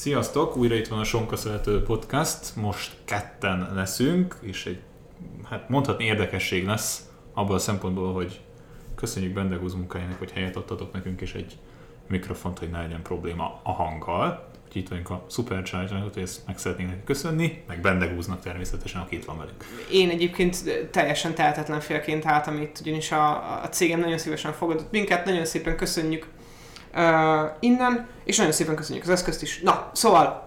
Sziasztok! Újra itt van a Sonka Szerető Podcast. Most ketten leszünk, és egy, hát mondhatni érdekesség lesz abban a szempontból, hogy köszönjük Bendegúz munkájának, hogy helyet adtatok nekünk, és egy mikrofont, hogy ne legyen probléma a hanggal. Úgyhogy itt vagyunk a Supercharger-ot, hogy ezt meg szeretnénk neki köszönni, meg Bendegúznak természetesen, aki itt van velünk. Én egyébként teljesen tehetetlen félként álltam itt, ugyanis a cégem nagyon szívesen fogadott minket, nagyon szépen köszönjük innen, és nagyon szépen köszönjük az eszközt is. Na, szóval,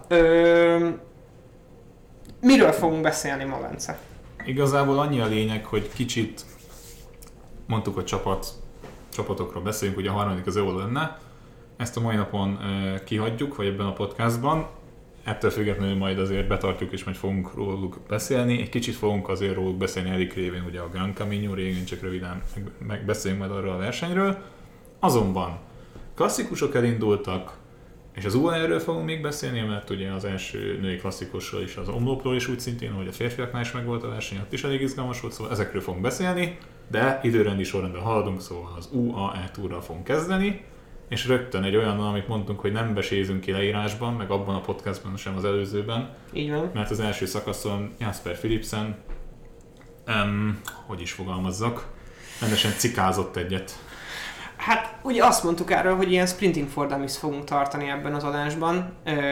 miről fogunk beszélni ma, Bence? Igazából annyi a lényeg, hogy kicsit mondtuk, hogy csapatokról beszélünk, ugye a harmadik az jó lenne. Ezt a mai napon kihagyjuk, vagy ebben a podcastban. Ettől függetlenül majd azért betartjuk, és majd fogunk róluk beszélni. Egy kicsit fogunk azért róluk beszélni elég révén, ugye a Gran Camino régen, csak röviden megbeszéljünk majd arról a versenyről. Azonban klasszikusok elindultak, és az UAE-ről fogunk még beszélni, mert ugye az első női klasszikusról is, az omlopról is úgy szintén, hogy a férfiaknál is megvolt a verseny, ott is elég izgalmas volt, szóval ezekről fogunk beszélni, de időrendi sorrendben haladunk, szóval az UAE túrral fogunk kezdeni, és rögtön egy olyan, amit mondtunk, hogy nem besézünk ki leírásban, meg abban a podcastban sem az előzőben. Így van. Mert az első szakaszon Jasper Philipsen, hogy is fogalmazzak, rendesen cikázott egyet. Hát ugye azt mondtuk erről, hogy ilyen sprinting for dummies fogunk tartani ebben az adásban.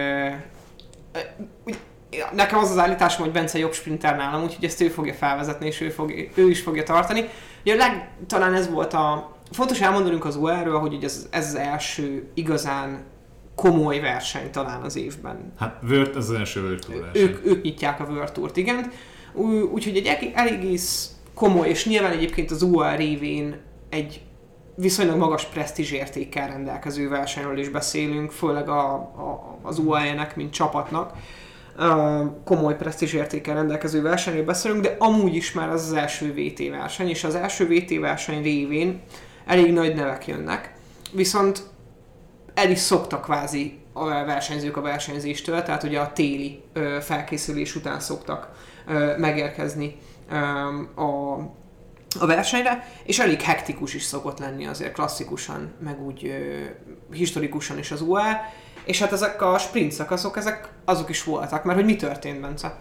Nekem az az állításom, hogy Bence jobb sprinter nálam, úgyhogy ezt ő fogja felvezetni, és ő is fogja tartani. Ugye talán ez volt fontos elmondanunk az UAE-ről, hogy ugye ez az első igazán komoly verseny talán az évben. Hát ez az első World Tour verseny. Ők nyitják a World Tourt, igen. Úgyhogy egy egész komoly, és nyilván egyébként az UAE révén egy viszonylag magas presztízsértékkel rendelkező versenyről is beszélünk, főleg az UAE-nek, mint csapatnak. Komoly presztízsértékkel rendelkező versenyről beszélünk, de amúgy is már az első VT verseny, és az első VT verseny révén elég nagy nevek jönnek. Viszont el is szoktak kvázi a versenyzők a versenyzéstől, tehát ugye a téli felkészülés után szoktak megérkezni a versenyre, és elég hektikus is szokott lenni azért klasszikusan, meg úgy historikusan is az UAE, és hát ezek a sprint szakaszok, azok is voltak, mert hogy mi történt, Bence?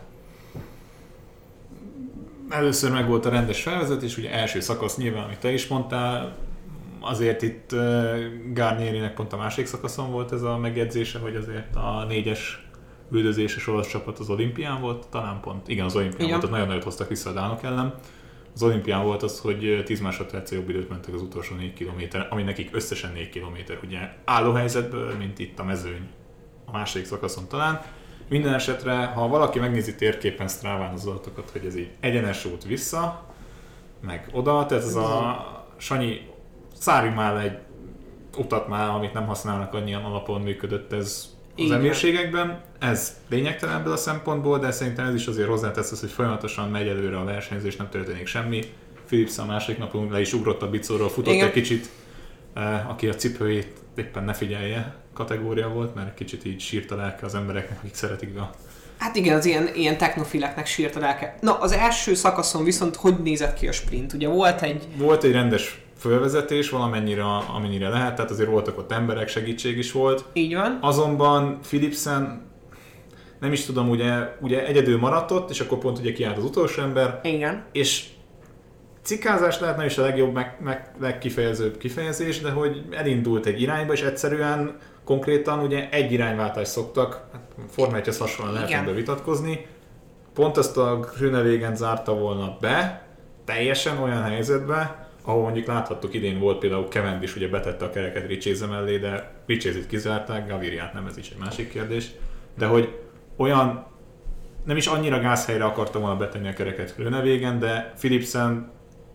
Először meg volt a rendes felvezetés, ugye első szakasz nyilván, amit te is mondtál, azért itt Garnierinek pont a másik szakaszon volt ez a megjegyzése, hogy azért a 4-es üldözéses olasz csapat az olimpián volt, talán pont, igen, az olimpián volt, ott nagyon nagyot hoztak vissza a dánok ellen. Az olimpián volt az, hogy 10 másodperc jobb időt mentek az utolsó 4 kilométer, ami nekik összesen 4 kilométer, ugye álló helyzetből, mint itt a mezőny a második szakaszon talán. Minden esetre, ha valaki megnézi térképen Stráván az adatokat, hogy ez így egyenes út vissza, meg oda, tehát ez a Sanyi, szárjunk már egy utat már, amit nem használnak annyian alapon működött ez az emírségekben. Ez lényegtelen ebből a szempontból, de szerintem ez is azért hozzátesz az, hogy folyamatosan megy előre a versenyzés, nem történik semmi. Philipsen a második napon le is ugrott a bicóról, futott egy kicsit, aki a cipőjét éppen ne figyelje kategória volt, mert kicsit így sírt a lelke az embereknek, akik szeretik Hát igen, az ilyen technofileknek sírt a lelke. Na, az első szakaszon viszont hogy nézett ki a sprint? Ugye volt egy rendes fölvezetés amennyire lehet, tehát azért voltak ott emberek, segítség is volt. Így van. Azonban Philipsen, nem is tudom, ugye egyedül maradt ott, és akkor pont ugye kiállt az utolsó ember. Igen. És cikázás lehet nem is a legjobb, legkifejezőbb kifejezés, de hogy elindult egy irányba, és egyszerűen konkrétan ugye egy irányváltást szoktak, Forma 1-hez hasonlóan lehet ebbe vitatkozni. Pont ezt a Groenewegen zárta volna be, teljesen olyan helyzetbe, ahol mondjuk láthattuk, idén volt például Cavendish, ugye betette a kereket Richese mellé, de Richese-t kizárták, Gaviriát nem, ez is egy másik kérdés. De hogy olyan, nem is annyira gázhelyre akarta volna betenni a kereket Groenewegen, de Philipsen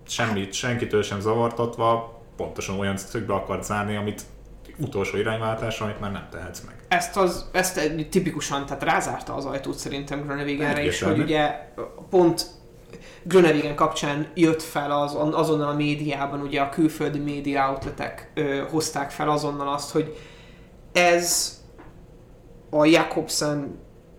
senkitől sem zavartatva, pontosan olyan szögbe akart zárni, amit utolsó irányváltásra, amit már nem tehetsz meg. Ezt tipikusan, tehát rázárta az ajtót szerintem Groenewegenre is, hogy ugye pont Groenewegen kapcsán jött fel azonnal a médiában, ugye a külföldi média outletek hozták fel azonnal azt, hogy ez a Jakobsen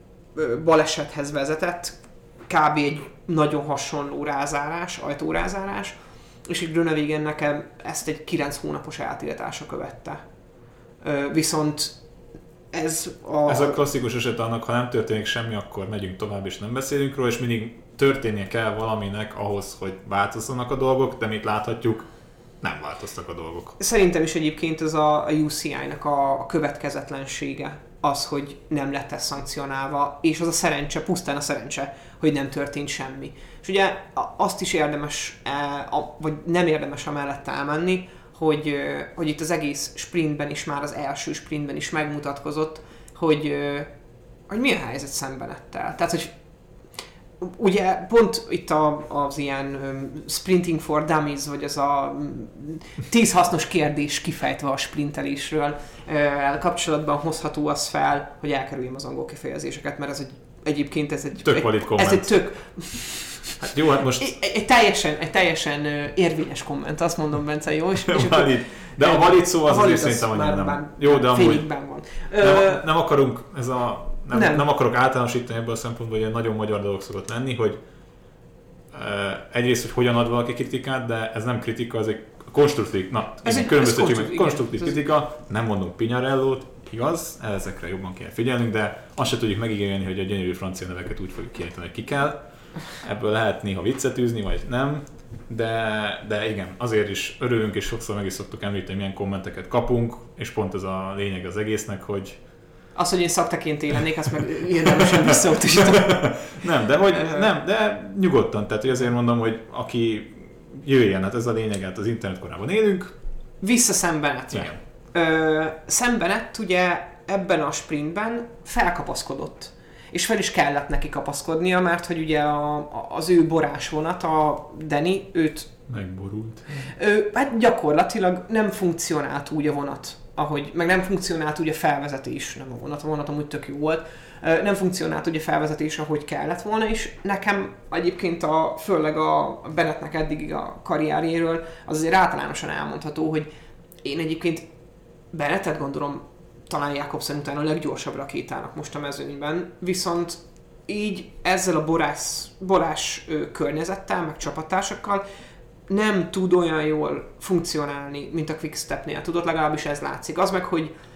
balesethez vezetett, kb. Egy nagyon hasonló ajtórázárás, és így Groenewegen nekem ezt egy 9 hónapos eltiltása követte. Viszont Ez a klasszikus eset annak, ha nem történik semmi, akkor megyünk tovább és nem beszélünk róla, és mindig történnie kell valaminek ahhoz, hogy változzanak a dolgok, de mit láthatjuk, nem változtak a dolgok. Szerintem is egyébként ez a UCI-nak a következetlensége az, hogy nem lett ez szankcionálva, és az a szerencse, pusztán a szerencse, hogy nem történt semmi. És ugye azt is érdemes, vagy nem érdemes amellett elmenni, hogy itt az egész sprintben is, már az első sprintben is megmutatkozott, hogy mi a helyzet Sam-Bennettel. Tehát, hogy ugye pont itt az ilyen sprinting for dummies, vagy az a 10 hasznos kérdés kifejtve a sprintelésről kapcsolatban hozható az fel, hogy elkerüljem az angol kifejezéseket, mert egyébként ez egy... Tök valid komment. Ez egy tök... Hát jó, hát most... Egy teljesen érvényes komment, azt mondom, Bence, jó? És valid. De a valid szó az azért szerintem annyira nem. Jó, de amúgy... van. Nem akarunk nem akarok általánosítani ebből a szempontból, hogy egy nagyon magyar dolog szokott lenni, hogy egyrészt, hogy hogyan ad valaki kritikát, de ez nem kritika, ez egy konstruktív, konstruktív kritika, nem mondunk Pignarellót, igaz, ezekre jobban kell figyelnünk, de azt se tudjuk megígérni, hogy a gyönyörű francia neveket úgy fogjuk kiejteni, hogy ki kell. Ebből lehet néha viccet űzni, vagy nem, de igen, azért is örülünk, és sokszor meg is szoktuk említeni, milyen kommenteket kapunk, és pont ez a lényeg az egésznek, hogy az, hogy én szaktekintély lennék, azt meg érdemesen visszautasítom. de nyugodtan, tehát azért mondom, hogy aki jöjjön, hát ez a lényeg, hát az internetkorában élünk. Vissza Sam Bennettre. Sam Bennett ugye ebben a sprintben felkapaszkodott. És fel is kellett neki kapaszkodnia, mert hogy ugye az ő borás vonat, a Danny, őt... Megborult. Hát gyakorlatilag nem funkcionált úgy a vonat, meg nem funkcionált úgy a felvezetés, nem a vonat amúgy tök jó volt, nem funkcionált úgy a felvezetés, ahogy kellett volna, és nekem egyébként főleg a Bennettnek eddig a karrierjéről az azért általánosan elmondható, hogy én egyébként Bennettet gondolom talán Jakobsen után a leggyorsabb rakétának most a mezőnyben, viszont így ezzel a borás környezettel, meg csapattársakkal nem tud olyan jól funkcionálni, mint a Quickstepnél tudott, legalábbis ez látszik. Az meg,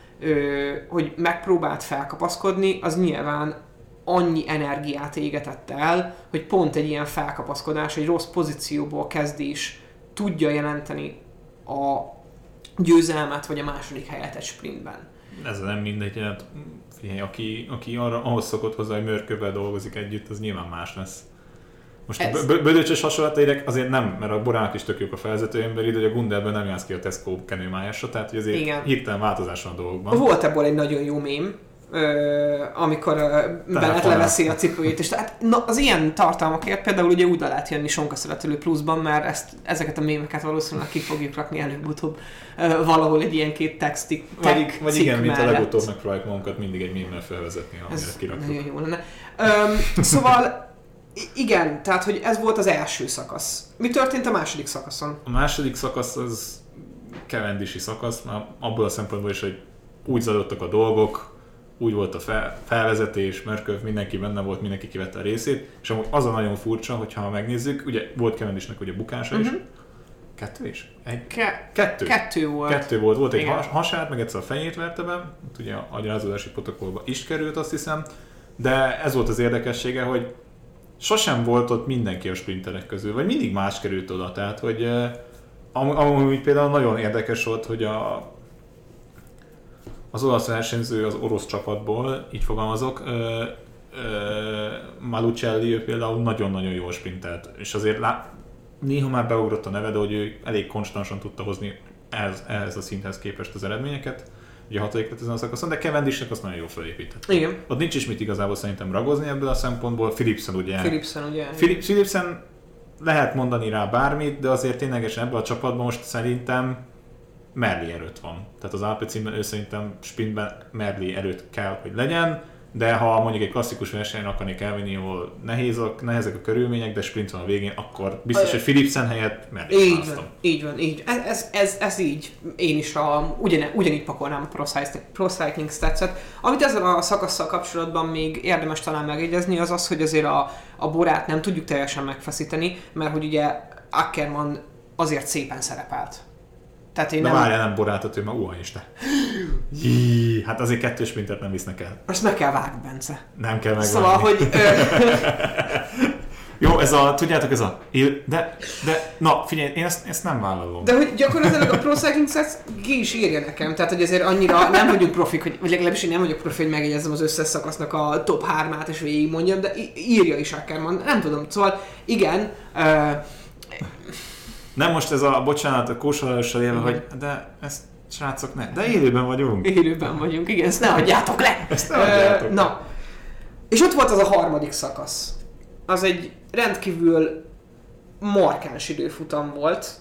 hogy megpróbált felkapaszkodni, az nyilván annyi energiát égetett el, hogy pont egy ilyen felkapaszkodás, egy rossz pozícióból kezdés tudja jelenteni a győzelmet, vagy a második helyet egy sprintben. Ez nem mindegy, hát figyelj, aki ahhoz szokott hozzá, hogy Mörkövel dolgozik együtt, az nyilván más lesz. Most bödöcsös hasonlatérek azért nem, mert a Borának is tök jók a felvezető emberi, de a Gundelből nem jársz ki a Tesco kenőmájásra, tehát hogy azért hirtelen változás van a dolgokban. Volt ebből egy nagyon jó mém, amikor Bennett leveszi a cipőjét, és tehát az ilyen tartalmakért például ugye úgy le lehet jönni Sonkaszületelő Pluszban, mert ezeket a mémeket valószínűleg ki fogjuk rakni előbb-utóbb valahol egy ilyen két textik vagy igen, mint a legutóbb megpróbáljuk magunkat mindig egy mémmel felvezetni, amire kirakjuk. Nagyon jó lenne. Szóval igen, tehát hogy ez volt az első szakasz. Mi történt a második szakaszon? A második szakasz az Cavendishy szakasz, már abból a szempontból is, hogy úgy zajlottak a dolgok, úgy volt a felvezetés, Mörköv, mindenki benne volt, mindenki kivette a részét, és amúgy az a nagyon furcsa, hogyha megnézzük, ugye volt Cavendishnek ugye bukása is, kettő is? Kettő volt. Kettő volt. Volt egy hasát, meg egyszer a fejét verte be, ugye a gyázolási protokollba is került, azt hiszem, de ez volt az érdekessége, hogy sosem volt ott mindenki a sprinterek közül, vagy mindig más került oda, tehát hogy amúgy például nagyon érdekes volt, hogy az olasz versenyző az orosz csapatból, így fogalmazok, Malucelli, ő például nagyon-nagyon jól sprintelt, és azért néha már beugrott a neve, de hogy ő elég konstansan tudta hozni ehhez a szinthez képest az eredményeket, ugye a 6. lett ezen a szakaszon, de Cavendishnek azt nagyon jól felépített. Igen. Ott nincs is mit igazából szerintem ragozni ebből a szempontból, Philipsen ugye. Philipsen lehet mondani rá bármit, de azért ténylegesen ebből a csapatban most szerintem Merli erőt van. Tehát az Alpecin ő szerintem sprintben Merli erőt kell, hogy legyen, de ha mondjuk egy klasszikus versenyen akarnék elvinni, ahol nehezek a körülmények, de sprint van a végén, akkor biztos, hogy Philipsen helyett Merli választom. Így van. Ez így. Én is ugyanígy pakolnám a Pro Cycling Stats-et. Amit ezzel a szakasszal kapcsolatban még érdemes talán megjegyezni, az az, hogy azért a Borát nem tudjuk teljesen megfeszíteni, mert hogy ugye Ackermann azért szépen szerepelt. De várjál, nem Borátot, ő már Uha is te. Hát azért 2 sprintert nem visznek el. Azt meg kell vágni, Bence. Nem kell megvágni. Szóval, hogy... Jó, tudjátok, na figyelj, én ezt nem vállalom. De hogy gyakorlatilag a Pro Cycling Stats ki is írja nekem, tehát hogy azért annyira nem vagyunk profik, vagy legalábbis én nem vagyok profi, hogy megjegyezzem az összes szakasznak a top 3-át és végigmondjam, de írja is Ackermann, nem tudom, szóval igen. Nem most ez bocsánat, a kósolálóssal élve, hogy de ezt srácok ne, de élőben vagyunk. Élőben vagyunk, igen, ezt ne adjátok le! Ezt ne adjátok le. Na, és ott volt az a 3. szakasz. Az egy rendkívül markáns időfutam volt.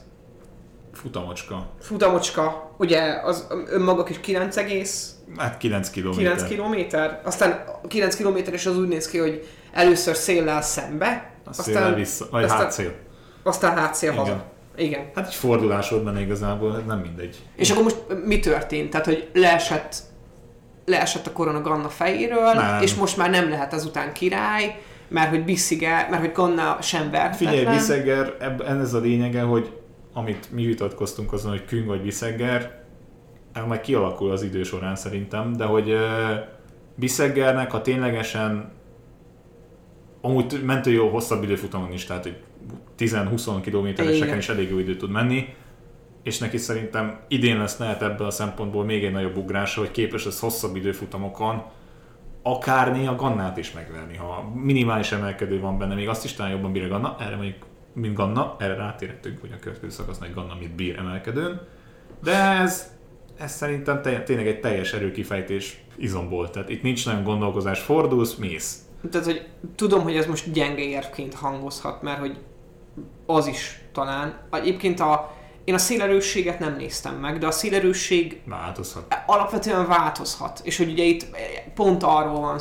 Futamocska, ugye az önmaga is 9 kilométer. 9 kilométer. Aztán 9 kilométeres az úgy néz ki, hogy először széllel szembe, széllel vissza, vagy hátszél. Aztán hátszél haza. Igen. Hát egy fordulás volt benne igazából, nem mindegy. És akkor most mi történt? Tehát, hogy leesett a korona Ganna fejéről, nem. És most már nem lehet ezután király, mert hogy Ganna sem verhetetlen. Figyelj, Bissegger, ez a lényege, hogy amit mi vitatkoztunk azon, hogy Küng vagy Bissegger, majd kialakul az idő során szerintem, de hogy Bisseggernek, ha ténylegesen amúgy mentő jó hosszabb időfutamon is, tehát hogy 10-20 kilométereseken is elég jó időt tud menni, és neki szerintem idén lehet ebből a szempontból még egy nagyobb ugrása, hogy képes lesz hosszabb időfutamokon akár néha Gannát is megverni, ha minimális emelkedő van benne, még azt is talán jobban bír a Ganna, erre mondjuk, mint Ganna, erre rátérhetünk, hogy a következő szakasznak egy Ganna mit bír emelkedőn, de ez szerintem tényleg egy teljes erőkifejtés izomból, tehát itt nincs nagyon gondolkozás, fordulsz, mész. Tehát, hogy tudom, hogy ez most gyenge érvként hangozhat, mert hogy az is talán. Egyébként én a szélerősséget nem néztem meg, de a szélerősség alapvetően változhat. És hogy ugye itt pont arról van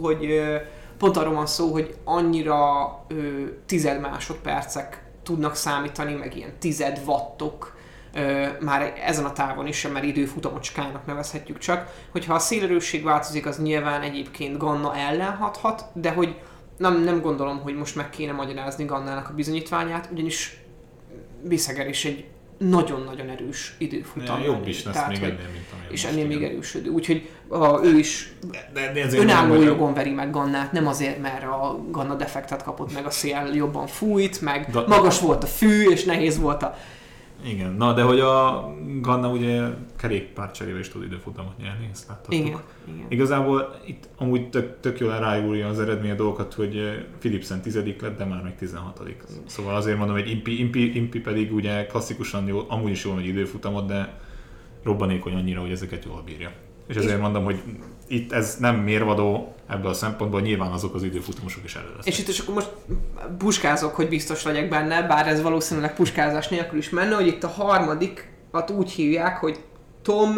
szó, hogy annyira tized másodpercek tudnak számítani, meg ilyen 10 wattok, már ezen a távon is sem, mert időfutamocskának nevezhetjük csak, hogyha a szélerősség változik, az nyilván egyébként Ganna ellen hathat, de hogy nem gondolom, hogy most meg kéne magyarázni Gannának a bizonyítványát, ugyanis Bissegger is egy nagyon-nagyon erős időfutam. Jobb is lesz még ennél, mint amilyen. És ennél még erősödő. Úgyhogy ő is önálló jogon veri meg Gannát, nem azért, mert a Ganna defektet kapott, meg a szél jobban fújt, meg magas volt a fű, és nehéz volt a... Igen, na de hogy a Ganna ugye kerékpárcserével is tud időfutamot nyerni, ezt láthattuk. Igen. Igazából itt amúgy tök jól rájúrja az eredmény a dolgokat, hogy Philipsen 10. lett, de már meg 16. Szóval azért mondom, hogy Impi pedig ugye klasszikusan jó, amúgy is jól megy időfutamot, de robbanékony annyira, hogy ezeket jól bírja. És ezért mondom, hogy itt ez nem mérvadó ebből a szempontból, nyilván azok az időfutamosok is elő lesznek. És itt is akkor most puskázok, hogy biztos legyek benne, bár ez valószínűleg puskázás nélkül is menne, hogy itt a harmadikat úgy hívják, hogy Tom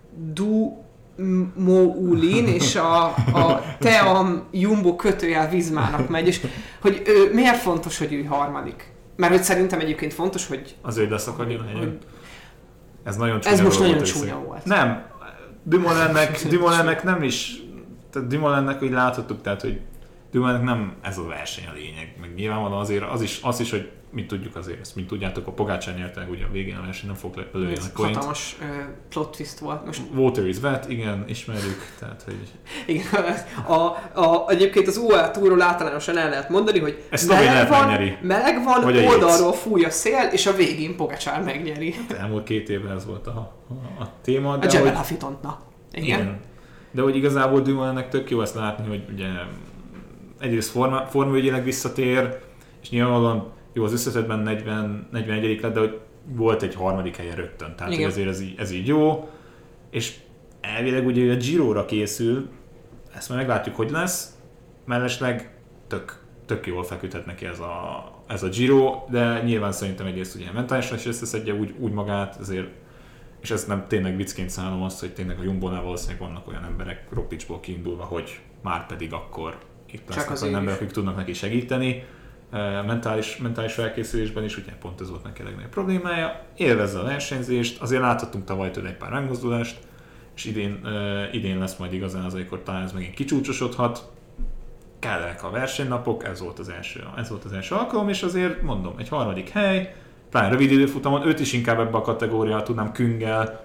Dumoulin, és a Team Jumbo kötőjel Vizmának megy, és hogy miért fontos, hogy ő harmadik? Mert hogy szerintem egyébként fontos, hogy... Azért leszakadjon helyen. Ez nagyon csúnya. Ez most nagyon csúnya volt. Nem. Dumoulinnek nem is, tehát Dumoulinnek, hogy láthattuk, tehát hogy Dumoulinnek nem ez a verseny a lényeg, meg nyilvánvalóan azért az is, hogy mit tudjuk azért, ezt mint tudjátok, a Pogačar nyerte, ugye a végén a verseny nem fog lelőni a coint. Hatalmas plot twist volt. Most... Water is wet, igen, ismerjük, tehát hogy... Igen, egyébként az UAE Tourról általánosan el lehet mondani, hogy meleg van, oldalról fúj a szél, és a végén Pogačar megnyeri. Hát elmúlt 2 évben ez volt a téma. De a Jebel Hafitont, igen. De hogy igazából Dumoulinnek tök jó ezt látni, hogy ugye egyrészt formaügyileg visszatér, és nyilvánvalóan jó, az összetetben 41. lett, de hogy volt egy 3. helyen rögtön, tehát azért ez így jó, és elvileg ugye a Giro-ra készül, ezt már meglátjuk, hogy lesz, mellesleg tök jól feküdhet neki ez a Giro, de nyilván szerintem egyrészt ugye mentálisan is összeszedje úgy magát, ezért, és ezt nem tényleg viccként szállom azt, hogy tényleg a Jumbo-nál valószínűleg vannak olyan emberek Rogličból kiindulva, hogy már pedig akkor itt lesznek olyan emberek, akik tudnak neki segíteni. Mentális felkészülésben is, ugye pont ez volt neki a legnagyobb problémája. Élvezze a versenyzést, azért láthattunk tavaly tőle egy pár megmozdulást, és idén lesz majd igazán az, amikor talán ez megint kicsúcsosodhat. Kellenek a versenynapok, ez volt az első alkalom, és azért mondom, egy 3. hely, pláne rövid időfutamon, őt is inkább ebbe a kategóriába tudnám Künggel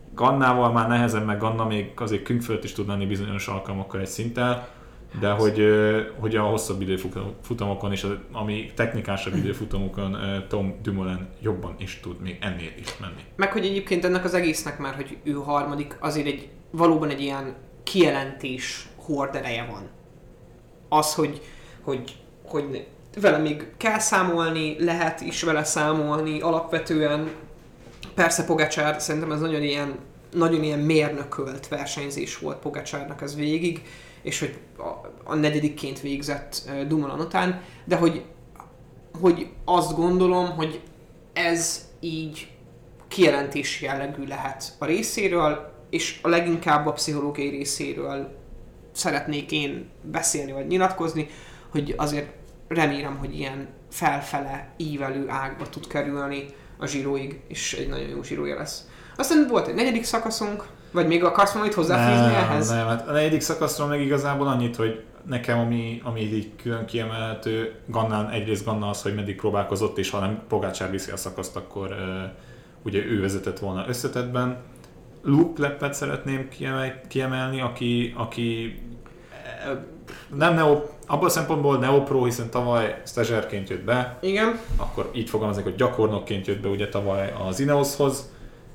Gannával már nehezen, meg Ganna még azért künk fölött is tud lenni bizonyos alkalmakkal egy szinten, de hogy a hosszabb időfutamokon és ami technikásabb időfutamokon Tom Dumoulin jobban is tud még ennél is menni. Meg hogy egyébként ennek az egésznek már, hogy ő harmadik, azért valóban egy ilyen kijelentés hordereje van. Az, hogy vele még kell számolni, lehet is vele számolni, alapvetően persze Pogačar, szerintem ez nagyon ilyen mérnökölt versenyzés volt Pogačarnak ez végig, és hogy a negyedikként végzett Dumoulin után, de hogy azt gondolom, hogy ez így kijelentés jellegű lehet a részéről, és a leginkább a pszichológiai részéről szeretnék én beszélni vagy nyilatkozni, hogy azért remélem, hogy ilyen felfele ívelő ágba tud kerülni a Giroig, és egy nagyon jó Giroja lesz. Aztán volt egy negyedik szakaszunk, vagy még akarsz valamit hozzáfűzni ehhez? Nem, hát a negyedik szakaszról meg igazából annyit, hogy nekem ami így külön kiemelhető, egyrészt Ganna az, hogy meddig próbálkozott, és ha nem Pogačar viszi a szakaszt, akkor ugye ő vezetett volna összetettben. Luke Leppet szeretném kiemelni, aki nem abban a szempontból neopro, hiszen tavaly stagiairként jött be. Igen. Akkor így fogalmaznék, hogy gyakornokként jött be ugye tavaly az Ineoshoz.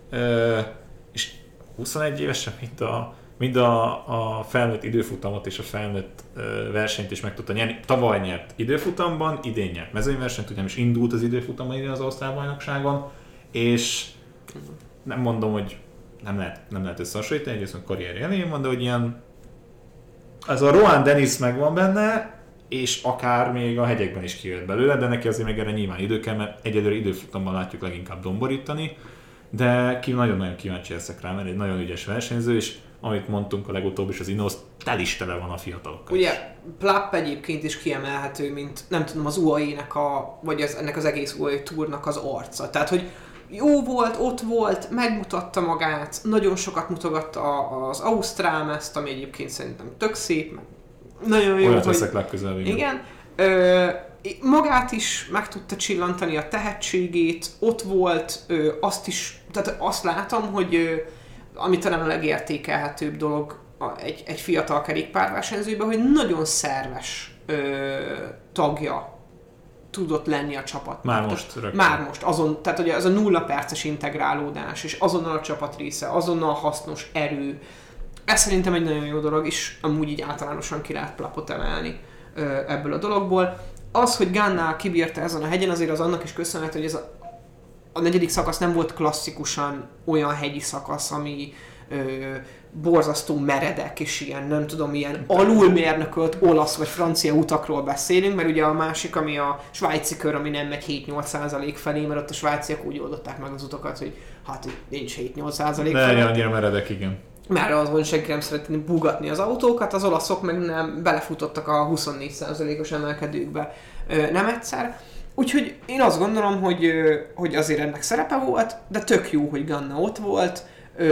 És 21 évesen mind a felnőtt időfutamot és a felnőtt versenyt is meg tudta nyerni. Tavaly nyert időfutamban, idén nyert mezőnyversenyt, ugyanis indult az időfutamban idén az Ausztrál-bajnokságon, és nem mondom, hogy nem lehet összehasonlítani, egyrészt a karrier elején van, de hogy ilyen az a Rohan Dennis megvan benne, és akár még a hegyekben is kijött belőle, de neki azért meg erre nyilván idő kell, mert egyelőre időfutamban látjuk leginkább domborítani, de nagyon-nagyon kíváncsi leszek rá, mert egy nagyon ügyes versenyző, és amit mondtunk a legutóbb is, az Ineos tele van a fiatalokkal. Ugye Plapp egyébként is kiemelhető, mint nem tudom, az UAE-nek vagy ennek az egész UAE Tournak az arca. Tehát, hogy jó volt, ott volt, megmutatta magát, nagyon sokat mutogatta az Ausztrál Mezt, ami egyébként szerintem tök szép, nagyon jó. Olyat veszek legközelebb. Igen. Magát is meg tudta csillantani, a tehetségét, ott volt, tehát azt látom, hogy ami talán a legértékelhetőbb dolog egy fiatal kerékpárversenyzőben, hogy nagyon szerves tagja tudott lenni a csapat. Már most tehát ugye az a 0 perces integrálódás, és azonnal a csapat része, azonnal hasznos erő. Ez szerintem egy nagyon jó dolog, és amúgy így általánosan ki lehet Plappot emelni ebből a dologból. Az, hogy Ganna kibírta ezen a hegyen, azért az annak is köszönhető, hogy ez a negyedik szakasz nem volt klasszikusan olyan hegyi szakasz, ami borzasztó meredek, és ilyen, nem tudom, ilyen alulmérnökölt olasz vagy francia utakról beszélünk, mert ugye a másik, ami a svájci kör, ami nem megy 7-8% felé, mert ott a svájciak úgy oldották meg az utakat, hogy hát nincs 7-8% felé. De annyira meredek, igen. Már az volt, senki nem szeretné bugatni az autókat, az olaszok meg nem belefutottak a 24%-os emelkedőkbe nem egyszer. Úgyhogy én azt gondolom, hogy azért ennek szerepe volt, de tök jó, hogy Ganna ott volt.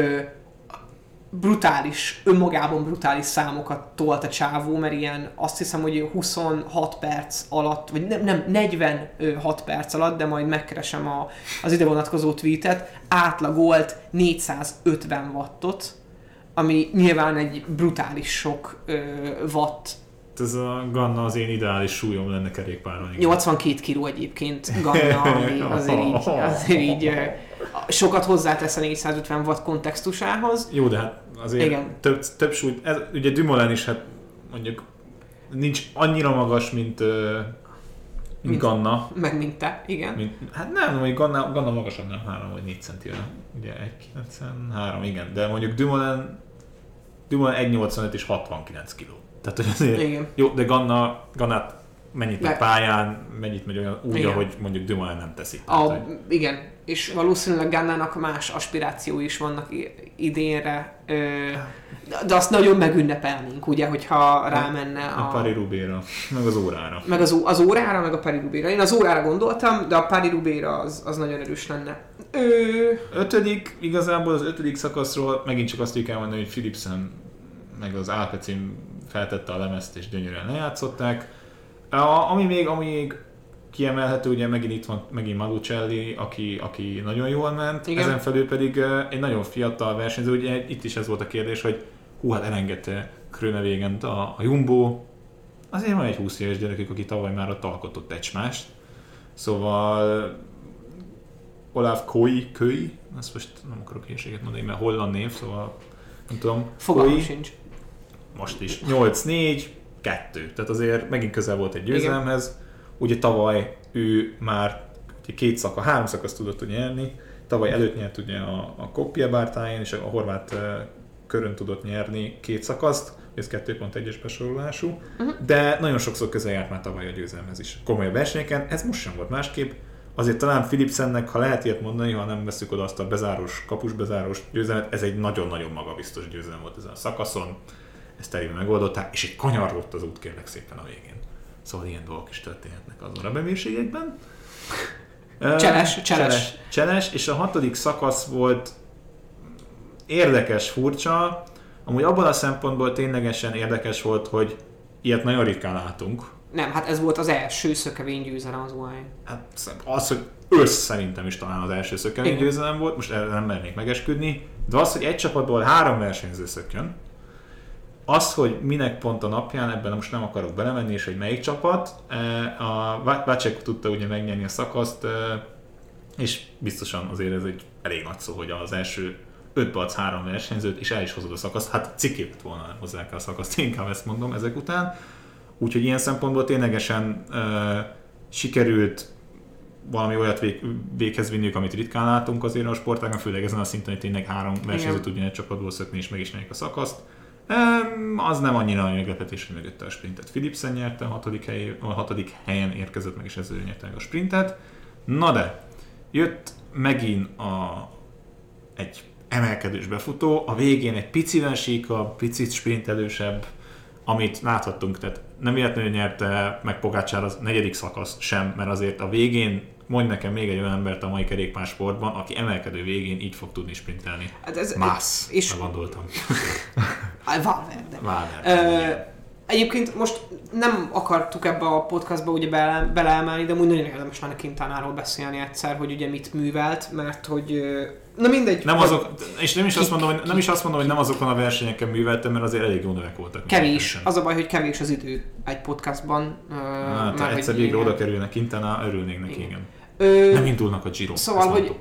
Önmagában brutális számokat tolt a csávó, mert ilyen azt hiszem, hogy 26 perc alatt, vagy nem 46 perc alatt, de majd megkeresem az ide vonatkozó tweetet, átlagolt 450 wattot, ami nyilván egy brutális sok watt. Ez a Ganna az én ideális súlyom lenne kerékpáron. 82 kg egyébként Ganna, ami azért így sokat hozzátesz a 450 watt kontextusához. Jó, de hát azért több súlyt, ugye Dumoulin is hát mondjuk nincs annyira magas, mint Ganna. Meg mint te, igen. Hát nem, mondjuk Ganna magasabb, nem 3 vagy 4 centivel. Ugye 1,93, igen, de mondjuk Dumoulin 1,85 és 69 kg. Tehát hogy azért igen. Jó, de Gannát mennyit a pályán, mennyit megy olyan úgy, ahogy mondjuk Dumoulin nem teszi. Igen, és valószínűleg Gannának más aspirációi is vannak idénre, de azt nagyon megünnepelnénk, ugye, hogyha rámenne a Paris-Roubaixra, meg az órára. Meg az órára, meg a Paris-Roubaixra. Én az órára gondoltam, de a Paris-Roubaixra az nagyon erős lenne. Igazából az 5. szakaszról megint csak azt kell mondani, hogy Philipsen meg az Alpecin feltette a lemezt és gyönyörűen lejátszották. Ami még kiemelhető, ugye megint itt van megint Malucelli, aki nagyon jól ment, igen. Ezen felül pedig egy nagyon fiatal versenyző, ugye itt is ez volt a kérdés, hogy hát elengedte Groenewegent a Jumbo, azért van egy 20 éves gyerekük, aki tavaly már ott alkotott egymást, szóval Olaf Köy, azt most nem akarok hírséget mondani, mert holland név, szóval nem tudom. Fogalmam sincs. Most is. 8-4, 2. Tehát azért megint közel volt egy győzelemhez. Ugye tavaly ő már 3 szakaszt tudott nyerni. Tavaly előtt nyert ugye a Kopje-Bártáján, és a horvát körön tudott nyerni 2 szakaszt. Ez 2.1-es besorolású. De nagyon sokszor közel járt már tavaly a győzelemhez is. Komolyabb versenyeken. Ez most sem volt másképp. Azért talán Philipsennek, ha lehet ilyet mondani, ha nem veszük oda azt a bezárós, kapusbezárós győzelmet, ez egy nagyon-nagyon magabiztos győzelem volt ezen a szakaszon. Ezt teljesen megoldották, és egy kanyarlott az út kérlek szépen a végén. Szóval ilyen dolgok is történhetnek azon a bemérségekben. Cseles, és a 6. szakasz volt érdekes, furcsa. Amúgy abban a szempontból ténylegesen érdekes volt, hogy ilyet nagyon ritkán látunk. Nem, hát ez volt az első szökevény győzelem az UAE. Hát az, hogy szerintem is talán az első szökevény győzelem volt, most erre nem mernék megesküdni, de az, hogy egy csapatból 3 versenyző szökjön, az, hogy minek pont a napján, ebben most nem akarok belemenni, és hogy melyik csapat, a Vacek tudta ugye megnyerni a szakaszt, és biztosan azért ez egy elég nagy szó, hogy az első 5-be adsz 3 versenyzőt, és el is hozod a szakaszt, hát cikkét lett volna, nem hozzák el a szakaszt, inkább ezt mondom ezek után. Úgyhogy ilyen szempontból ténylegesen sikerült valami olyat véghez vinniük, amit ritkán látunk azért a sportágban, főleg ezen a szinten, hogy tényleg 3 versenyző tudjon egy csapatból szökni és meg is nyerjék a szakaszt. Az nem annyira nagy meglepetés, hogy mögötte a sprintet. Philipsen nyerte, a 6. helyen érkezett meg, és ezzel nyerte meg a sprintet. Na de, jött megint egy emelkedős befutó, a végén egy picivel síkabb, picit sprintelősebb, amit láthattunk, tehát nem véletlenül nyerte meg Pogačar az 4. szakasz sem, mert azért a végén mondj nekem még egy olyan embert a mai kerékpársportban, aki emelkedő végén így fog tudni sprintelni. Hát Mász, és gondoltam. Valverde. Egyébként most nem akartuk ebbe a podcastba ugye beleemelni, de úgy nagyon érdemes lenne Quintanáról beszélni egyszer, hogy ugye mit művelt, mert hogy na mindegy. Nem is azt mondom, hogy nem azokon a versenyeken műveltem, mert azért elég jó nevek voltak. Kevés. Az a baj, hogy kevés az idő egy podcastban. Ha egyszer végre oda kerülnek Quintana, örülnék neki, igen. Nem indulnak a Giro. Szóval, hogy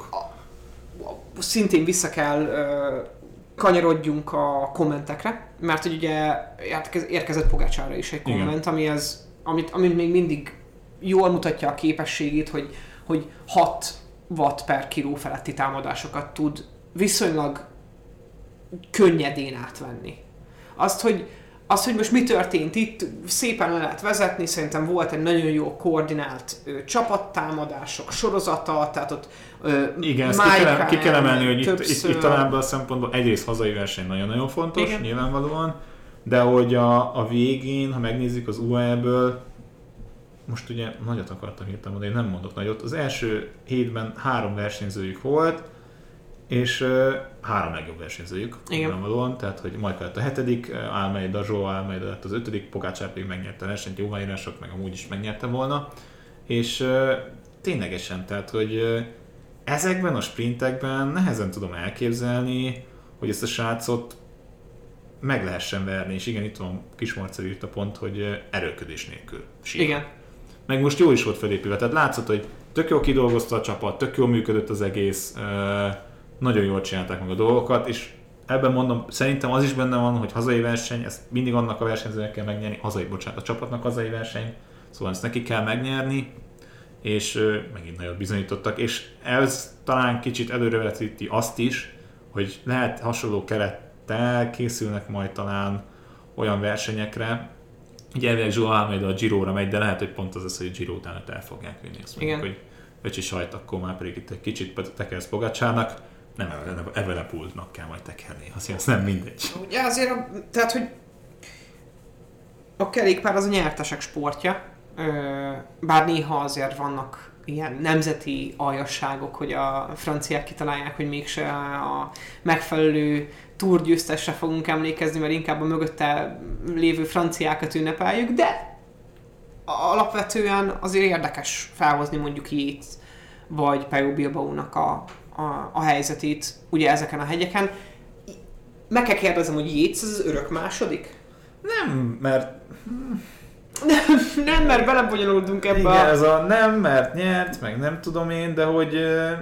szintén vissza kell kanyarodjunk a kommentekre, mert hogy ugye érkezett Pogačarra is egy komment, amit még mindig jól mutatja a képességét, hogy 6 watt per kiló feletti támadásokat tud viszonylag könnyedén átvenni. Azt, hogy most mi történt itt, szépen le lehet vezetni, szerintem volt egy nagyon jó koordinált csapattámadások sorozata, tehát ott igen, ezt ki kell emelni, hogy itt talán be a szempontból egyrészt hazai verseny nagyon-nagyon fontos, igen. Nyilvánvalóan, de hogy a végén, ha megnézzük az UAE-ből, most ugye nagyot akartam hirtelen mondani, nem mondok nagyot, az első hétben 3 versenyzőjük volt, és 3 legjobb versenyzőjük, nyilvánvalóan, tehát hogy Majka lett a 7., Almeida, Joao Almeida lett az 5., Pogačar pedig megnyerte a versenyt, jóváírások, meg amúgy is megnyerte volna, és ténylegesen, tehát hogy ezekben a sprintekben nehezen tudom elképzelni, hogy ezt a srácot meg lehessen verni, és igen, itt van Kismarcel írta pont, hogy erőködés nélkül sír. Igen. Meg most jó is volt felépülve, tehát látszott, hogy tök jól kidolgozta a csapat, tök jól működött az egész, nagyon jól csinálták meg a dolgokat, és ebben mondom, szerintem az is benne van, hogy hazai verseny, ezt mindig annak a versenyzőnek kell megnyerni, a csapatnak hazai verseny, szóval ezt neki kell megnyerni, és megint nagyon bizonyítottak, és ez talán kicsit előrevetíti azt is, hogy lehet hasonló kerettel készülnek majd talán olyan versenyekre, így elvileg Joao Almeida a Giro-ra megy, de lehet, hogy pont az lesz, hogy a Giro után el fogják vinni. Azt mondjuk, hogy öcsi sajt, akkor már pedig itt egy kicsit tekersz Pogačarnak, nem Evenepoelnak kell majd tekerni, azt nem mindegy. Ugye azért, tehát hogy a kerékpár az a nyertesek sportja, bár néha azért vannak ilyen nemzeti aljasságok, hogy a franciák kitalálják, hogy mégse a megfelelő túrgyőztesre fogunk emlékezni, mert inkább a mögötte lévő franciákat ünnepeljük, de alapvetően azért érdekes felhozni mondjuk Yates vagy Pello Bilbao-nak a helyzetét ugye ezeken a hegyeken. Meg kell kérdezem, hogy Yates az örök második? Nem, mert... Nem, mert belebonyolódunk ebbe igen, ez a nem, mert nyert, meg nem tudom én, de hogy...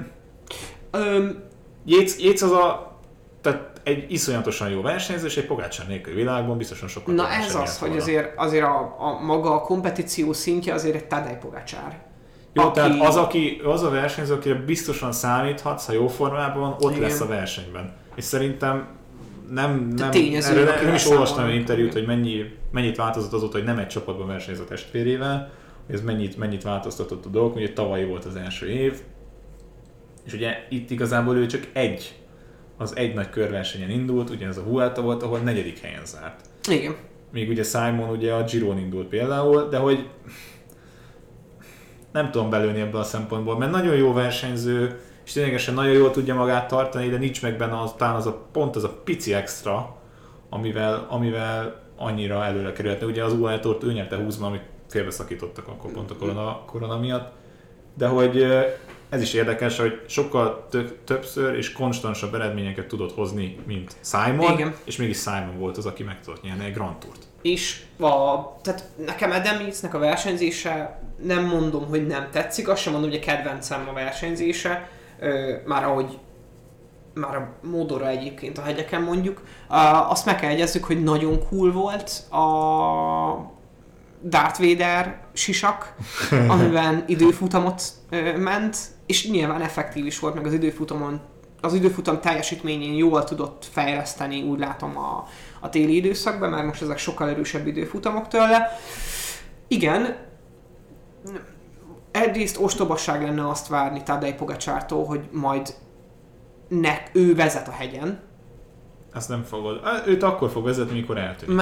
Yates az tehát egy iszonyatosan jó versenyző, és egy Pogačar nélkül világban biztosan sokkal na ez az, hogy azért a maga a kompetíció szintje azért egy Tadej Pogačar. Jó, tehát az a versenyző, akire biztosan számíthatsz, ha jó formában van, ott igen. lesz a versenyben. És szerintem nem is olvastam egy interjút, hogy mennyit változott azóta, hogy nem egy csapatban versenyzett testvérével, hogy ez mennyit változtatott a dolgok, ugye tavalyi volt az első év, és ugye itt igazából ő csak az egy nagy körversenyen indult, ugye ez a Vuelta volt, ahol 4. helyen zárt. Igen. Még ugye Simon ugye a Giron indult például, de hogy nem tudom belőni ebből a szempontból, mert nagyon jó versenyző, és ténylegesen nagyon jól tudja magát tartani, de nincs meg benne talán az a pici extra, amivel annyira előre kerülhetne. Ugye az UAE-tort ő nyerte 20-ban, amit félbeszakítottak akkor pont a korona miatt, de hogy ez is érdekes, hogy sokkal többször és konstansabb eredményeket tudott hozni, mint Simon, igen. És mégis Simon volt az, aki meg tudott nyerni egy Grand Tourt. És tehát nekem Adam Yates-nek a versenyzése nem mondom, hogy nem tetszik, azt sem mondom, hogy a kedvencem a versenyzése, már a módora egyébként a hegyeken mondjuk. Azt meg kell egyezzük, hogy nagyon cool volt a Darth Vader sisak, amiben időfutamot ment, és nyilván effektív is volt, meg az időfutam teljesítményén jól tudott fejleszteni, úgy látom a téli időszakban, mert most ezek sokkal erősebb időfutamok tőle. Igen, egyrészt ostobasság lenne azt várni Tadej Pogačartól, hogy majd ő vezet a hegyen. Azt nem fogod. Őt akkor fog vezetni, mikor eltűnik.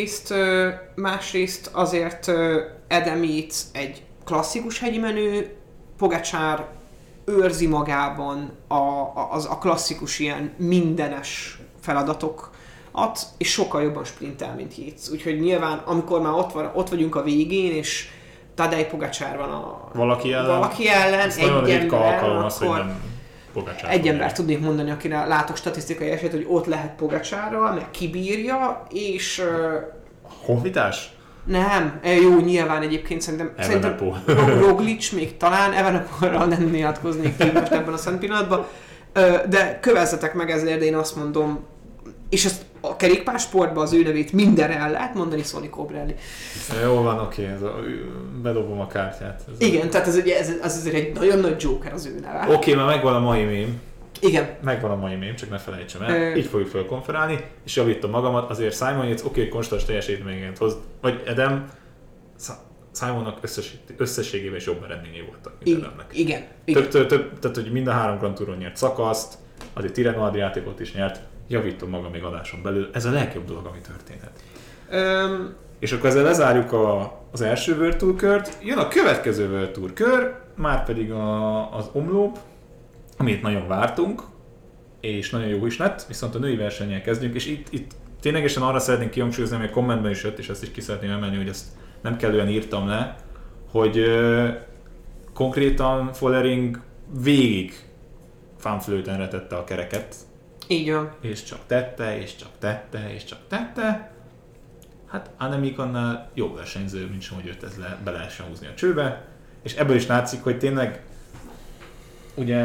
Másrészt azért Adam Yates egy klasszikus hegyi menő, Pogačar őrzi magában a klasszikus ilyen mindenes feladatokat, és sokkal jobban sprintel, mint Yates. Úgyhogy nyilván, amikor már ott vagyunk a végén, és Tadej Pogačar van valaki ellen egy ember, akkor egy ember tudnék mondani, akire látok statisztikai esélyt, hogy ott lehet Pogačarral, meg kibírja, és... Honfitás? Nem, jó, nyilván egyébként szerintem Roglic még talán, Evenepoelről nem nyilatkoznék ki most ebben a szent pillanatban, de kövezzetek meg ezért, de én azt mondom, és ezt a kerékpársportban az ő nevét mindenre el lehet mondani, Sonny Colbrelli. Jó van, oké, bedobom a kártyát. Igen, tehát ez azért egy nagyon nagy joker az ő neve. Oké, már megvan a mai mém. Igen. Megvan a mai mém, csak ne felejtsem el. Így fogjuk felkonferálni, és javítom magamat, azért Simon Yates konstans teljesítményeket hoz, vagy Adam, Simonnak összességében is jobb eredményei voltak, mint Adamnek. Igen. Tehát, hogy mind a 3 Grand Touron nyert szakaszt, azért Tirreno Adriaticot is nyert, javítom magam még adáson belül, ez a legjobb dolog, ami történhet. És akkor ezzel lezárjuk az első World Tour kört, jön a következő World Tour kör, már pedig az Omloop, amit nagyon vártunk, és nagyon jó is lett, viszont a női versennyel kezdjünk, és itt ténylegesen arra szeretnénk kihangsúlyozni, hogy a kommentben is jött, és ezt is ki szeretném emelni, hogy ezt nem kellően írtam le, hogy konkrétan Follering végig fanflötenre tette a kereket. Így van. És csak tette. Hát Annemiek annál jobb versenyző, mint sem, hogy őt be lehessen húzni a csőbe. És ebből is látszik, hogy tényleg ugye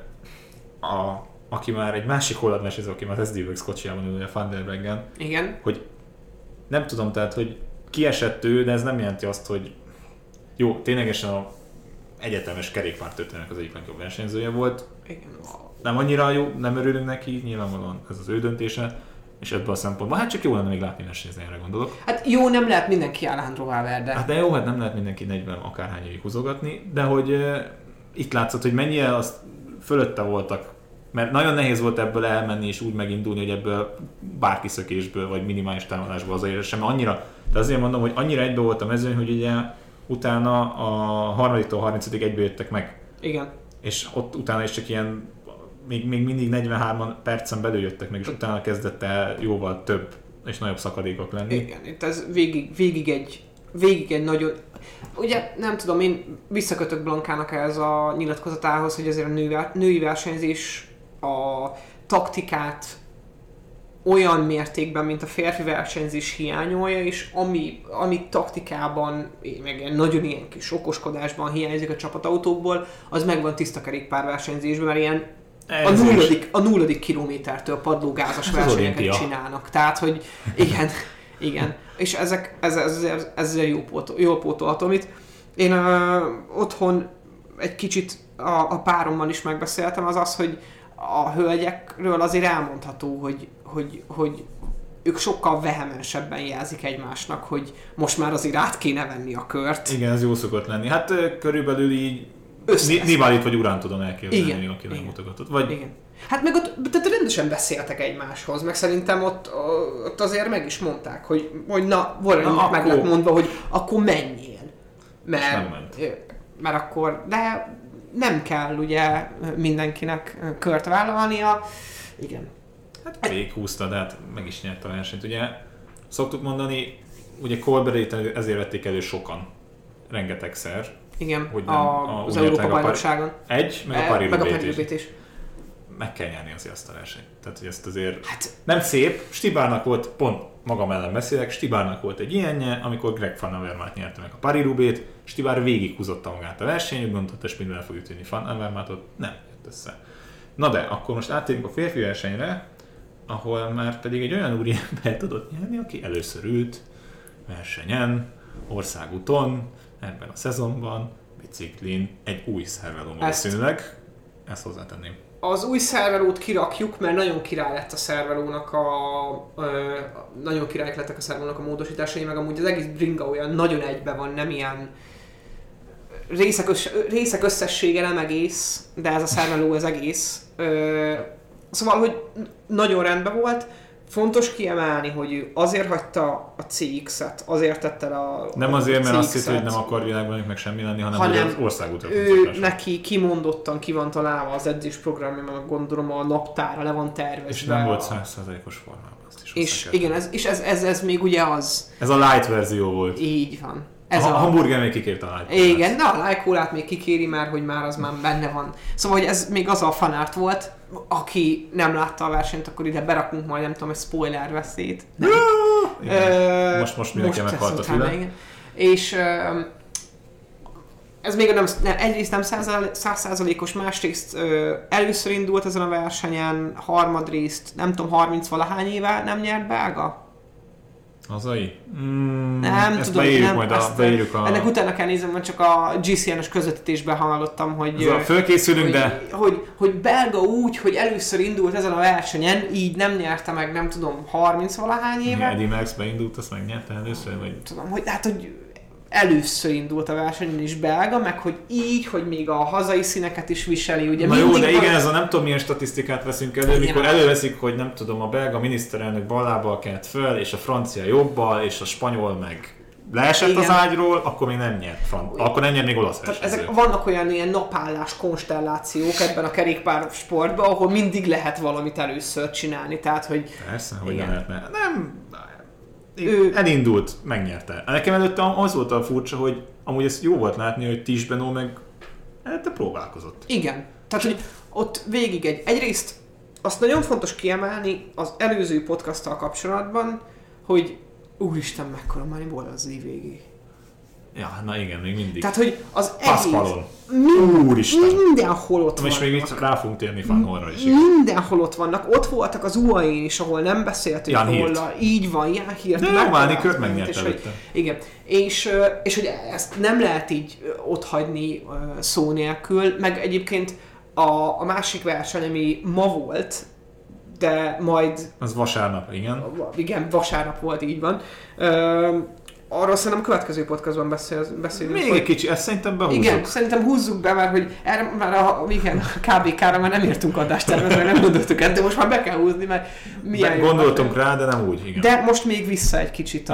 aki már egy másik holland versenyző, aki már az SD Works kocsijában ül, a Van der Breggen. Igen. Hogy nem tudom, tehát, hogy kiesett ő, de ez nem jelenti azt, hogy jó, ténylegesen a egyetemes kerékpártörténetnek az egyik legjobb versenyzője volt. Igen. Nem annyira jó, nem örülünk neki, nyilvánvalóan ez az ő döntése, és ebből a szempontból, hát csak jó lenne még látni versenyezni, erre gondolok. Hát jó, nem lehet mindenki Alejandro Valverde. Hát de jó, hát nem lehet mindenki 40 akárhány évig húzogatni, de hogy itt látszott, hogy mennyire azt fölötte voltak, mert nagyon nehéz volt ebből elmenni és úgy megindulni, hogy ebből bárki szökésből vagy minimális támadásból azért sem annyira, de azért mondom, hogy annyira egybe volt a mezőny, hogy ugye utána a 3-tól 30-ig egybe jöttek meg. Igen. És ott utána is csak ilyen még mindig 43 percen belül jöttek meg, és utána kezdett el jóval több és nagyobb szakadékok lenni. Igen, itt ez végig egy végig egy nagyon... Ugye nem tudom, én visszakötök Blankának ez a nyilatkozatához, hogy azért a női versenyzés a taktikát olyan mértékben, mint a férfi versenyzés hiányolja, és ami taktikában, meg ilyen nagyon ilyen kis okoskodásban hiányzik a csapatautókból, az megvan tiszta kerékpárversenyzésben, mert ilyen a nulladik kilométertől padlógázas versenyeket csinálnak. Tehát, hogy igen. És ezzel jól pótolható, amit én otthon egy kicsit a párommal is megbeszéltem, az, hogy a hölgyekről azért elmondható, hogy ők sokkal vehemensebben jelzik egymásnak, hogy most már azért át kéne venni a kört. Igen, ez jó szokott lenni. Hát körülbelül így Nivalit vagy Urán tudom elképzelni, aki nem mutogatott. Vagy... Igen. Hát meg ott tehát rendesen beszéltek egymáshoz, meg szerintem ott azért meg is mondták, hogy na, valaminek meg lett mondva, hogy akkor menjél. Mert akkor, de nem kell ugye mindenkinek kört vállalnia. Igen. Hát végighúzta, de hát meg is nyert a versenyt. Ugye szoktuk mondani, ugye Colbert ezért vették elő sokan, rengetegszer. Igen, hogy nem, az Európa-bajnokságon. Meg a Paris-Roubaix is. Meg kell nyerni azért azt a versenyt. Tehát, hogy ezt azért nem szép. Stibárnak volt, pont magam ellen beszélek, Stibárnak volt egy ilyenje, amikor Greg Van Avermaet nyerte meg a Paris-Roubaix-t, Stibár végighúzotta magát a verseny, úgy gondolta, hogy Spindler fog ütni Van Avermaetot, nem jött össze. Na de, akkor most áttérünk a férfi versenyre, ahol már pedig egy olyan úriember tudott nyerni, aki először ült versenyen, országúton, ebben a szezonban, biciklin, egy új szervelón valószínűleg. Ezt hozzátenném. Az új szervelót kirakjuk, mert nagyon király lett a szervelónak nagyon királyok lettek a szervelónak a módosításai, meg amúgy az egész bringa olyan nagyon egybe van, nem ilyen részek összessége nem egész, de ez a szerveló az egész. Szóval, hogy nagyon rendben volt. Fontos kiemelni, hogy ő azért hagyta a CX-et, azért tette le a nem azért, mert azt hitt, hogy nem akar világban meg semmi lenni, hanem az országútra. Ő neki kimondottan ki van találva az edzés programja, meg gondolom a naptára le van tervezve. És nem volt 100%-os formában. És igen, ez még ugye az. Ez a light verzió volt. Így van. A hamburger még kikérte a light. Igen, de a light cola-t még kikéri, mert hogy már az már benne van. Szóval, hogy ez még az a fanárt volt, aki nem látta a versenyt, akkor ide berakunk majd, nem tudom, egy spoiler veszélyt. Most mindenki meghalt a füle. És ez még egyrészt nem 100%-os, másrészt először indult ezen a versenyen, harmadrészt nem tudom, 30-valahány éve nem nyert belga? Hazai? Nem ezt tudom, beírjuk ennek utána kell néznem, mert csak a GCN-es közvetítésben hallottam, hogy... Fölkészülünk, de... Hogy belga úgy, hogy először indult ezen a versenyen, így nem nyerte meg, nem tudom, 30-valahány éve. Eddie Merckx beindult, azt megnyerte először, vagy... Tudom, hogy először indult a versenyen is belga, meg hogy így, hogy még a hazai színeket is viseli, ugye. Na jó, de igen, ez a nem tudom milyen statisztikát veszünk elő, mikor előveszik, hogy nem tudom, a belga miniszterelnök bal lábbal kelt föl, és a francia jobbal, és a spanyol meg leesett az ágyról, akkor még nem nyert akkor nem nyert még olasz versenyző. Vannak olyan ilyen napállás konstellációk ebben a kerékpársportban, ahol mindig lehet valamit először csinálni, tehát hogy... Persze, hogy nem lehetne. Nem... Elindult, megnyerte. Nekem előtte az volt a furcsa, hogy amúgy ezt jó volt látni, hogy Tiesbenó meg előtte próbálkozott. Igen. Tehát, hogy ott végig egyrészt azt nagyon fontos kiemelni az előző podcasttal kapcsolatban, hogy úristen, mekkora money volt az év végig. Ja, na igen, még mindig. Tehát, hogy az Paspalon. Úristen. Mindenhol ott vannak. És még itt rá fogunk térni Van Hornra is. Mindenhol ott vannak. Ott voltak az UAE-n is, ahol nem beszéltünk róla. Így van, Jan Hirt. De Romani Kört megnyert előtte. Igen. És hogy ezt nem lehet így otthagyni szó nélkül. Meg egyébként a másik verseny, ami ma volt, de majd... Az vasárnap, igen. Igen, vasárnap volt, így van. Arról szerintem a következő podcastban beszélünk. Még egy kicsi, ezt szerintem behúzzuk. Igen, szerintem húzzuk be, mert hogy erre már a KBK-ra már nem értünk adástervezve, nem gondoltuk ezt, de most már be kell húzni, mert milyen jó. Gondoltunk rá, de nem úgy, igen. De most még vissza egy kicsit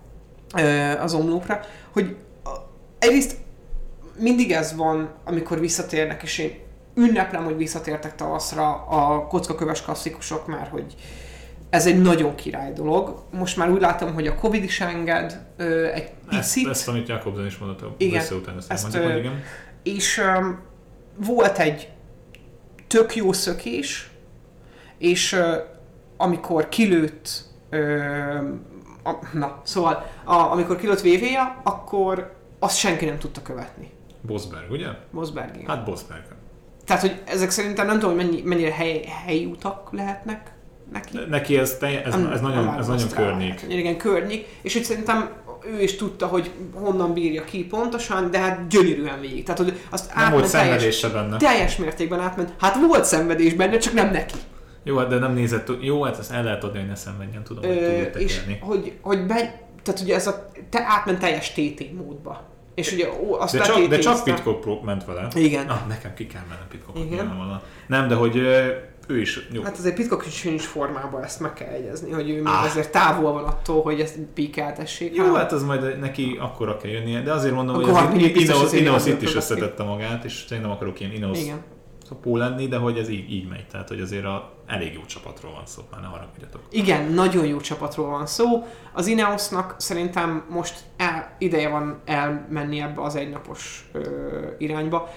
az omlókra, hogy egyrészt mindig ez van, amikor visszatérnek, és én ünneplem, hogy visszatértek tavaszra a kockaköves klasszikusok, mert hogy ez egy nagyon király dolog. Most már úgy látom, hogy a Covid is enged egy picit. Ezt amit Jakobsen is mondott a után, igen. És volt egy tök jó szökés, és amikor kilőtt amikor kilőtt VV-ja, akkor azt senki nem tudta követni. Bosberg, ugye? Bosberg, igen. Hát Bosberg. Tehát, hogy ezek szerintem nem tudom, hogy mennyire helyi utak lehetnek neki. Neki ez nagyon környék. Igen, környék. És hogy szerintem ő is tudta, hogy honnan bírja ki pontosan, de hát gyönyörűen végig. Tehát, hogy azt nem volt szenvedése benne. Teljes mértékben átment. Hát volt szenvedés benne, csak nem neki. Jó, de nem nézett. Jó, hát ezt el lehet adni, hogy ne szenvedjen, tudom, hogy tudjuk tekerni. Tehát ugye te átment teljes TT módba. És ugye azt de csak Pidcock ment vele. Igen. Nekem ki kell mennem Pidcockot. Nem, de hogy ő is jó. Hát azért Pidcock is nincs formában, ezt meg kell jegyezni, hogy ő még azért távol van attól, hogy ezt píkeltessék. Jó, hát az majd neki akkora kell jönnie, de azért mondom, hogy Ineos itt is összetette magát, és én nem akarok ilyen Ineos szopó lenni, de hogy ez így megy, tehát hogy azért elég jó csapatról van szó, már ne haragudjatok. Igen, nagyon jó csapatról van szó. Az Ineosnak szerintem most ideje van elmenni ebbe az egynapos irányba.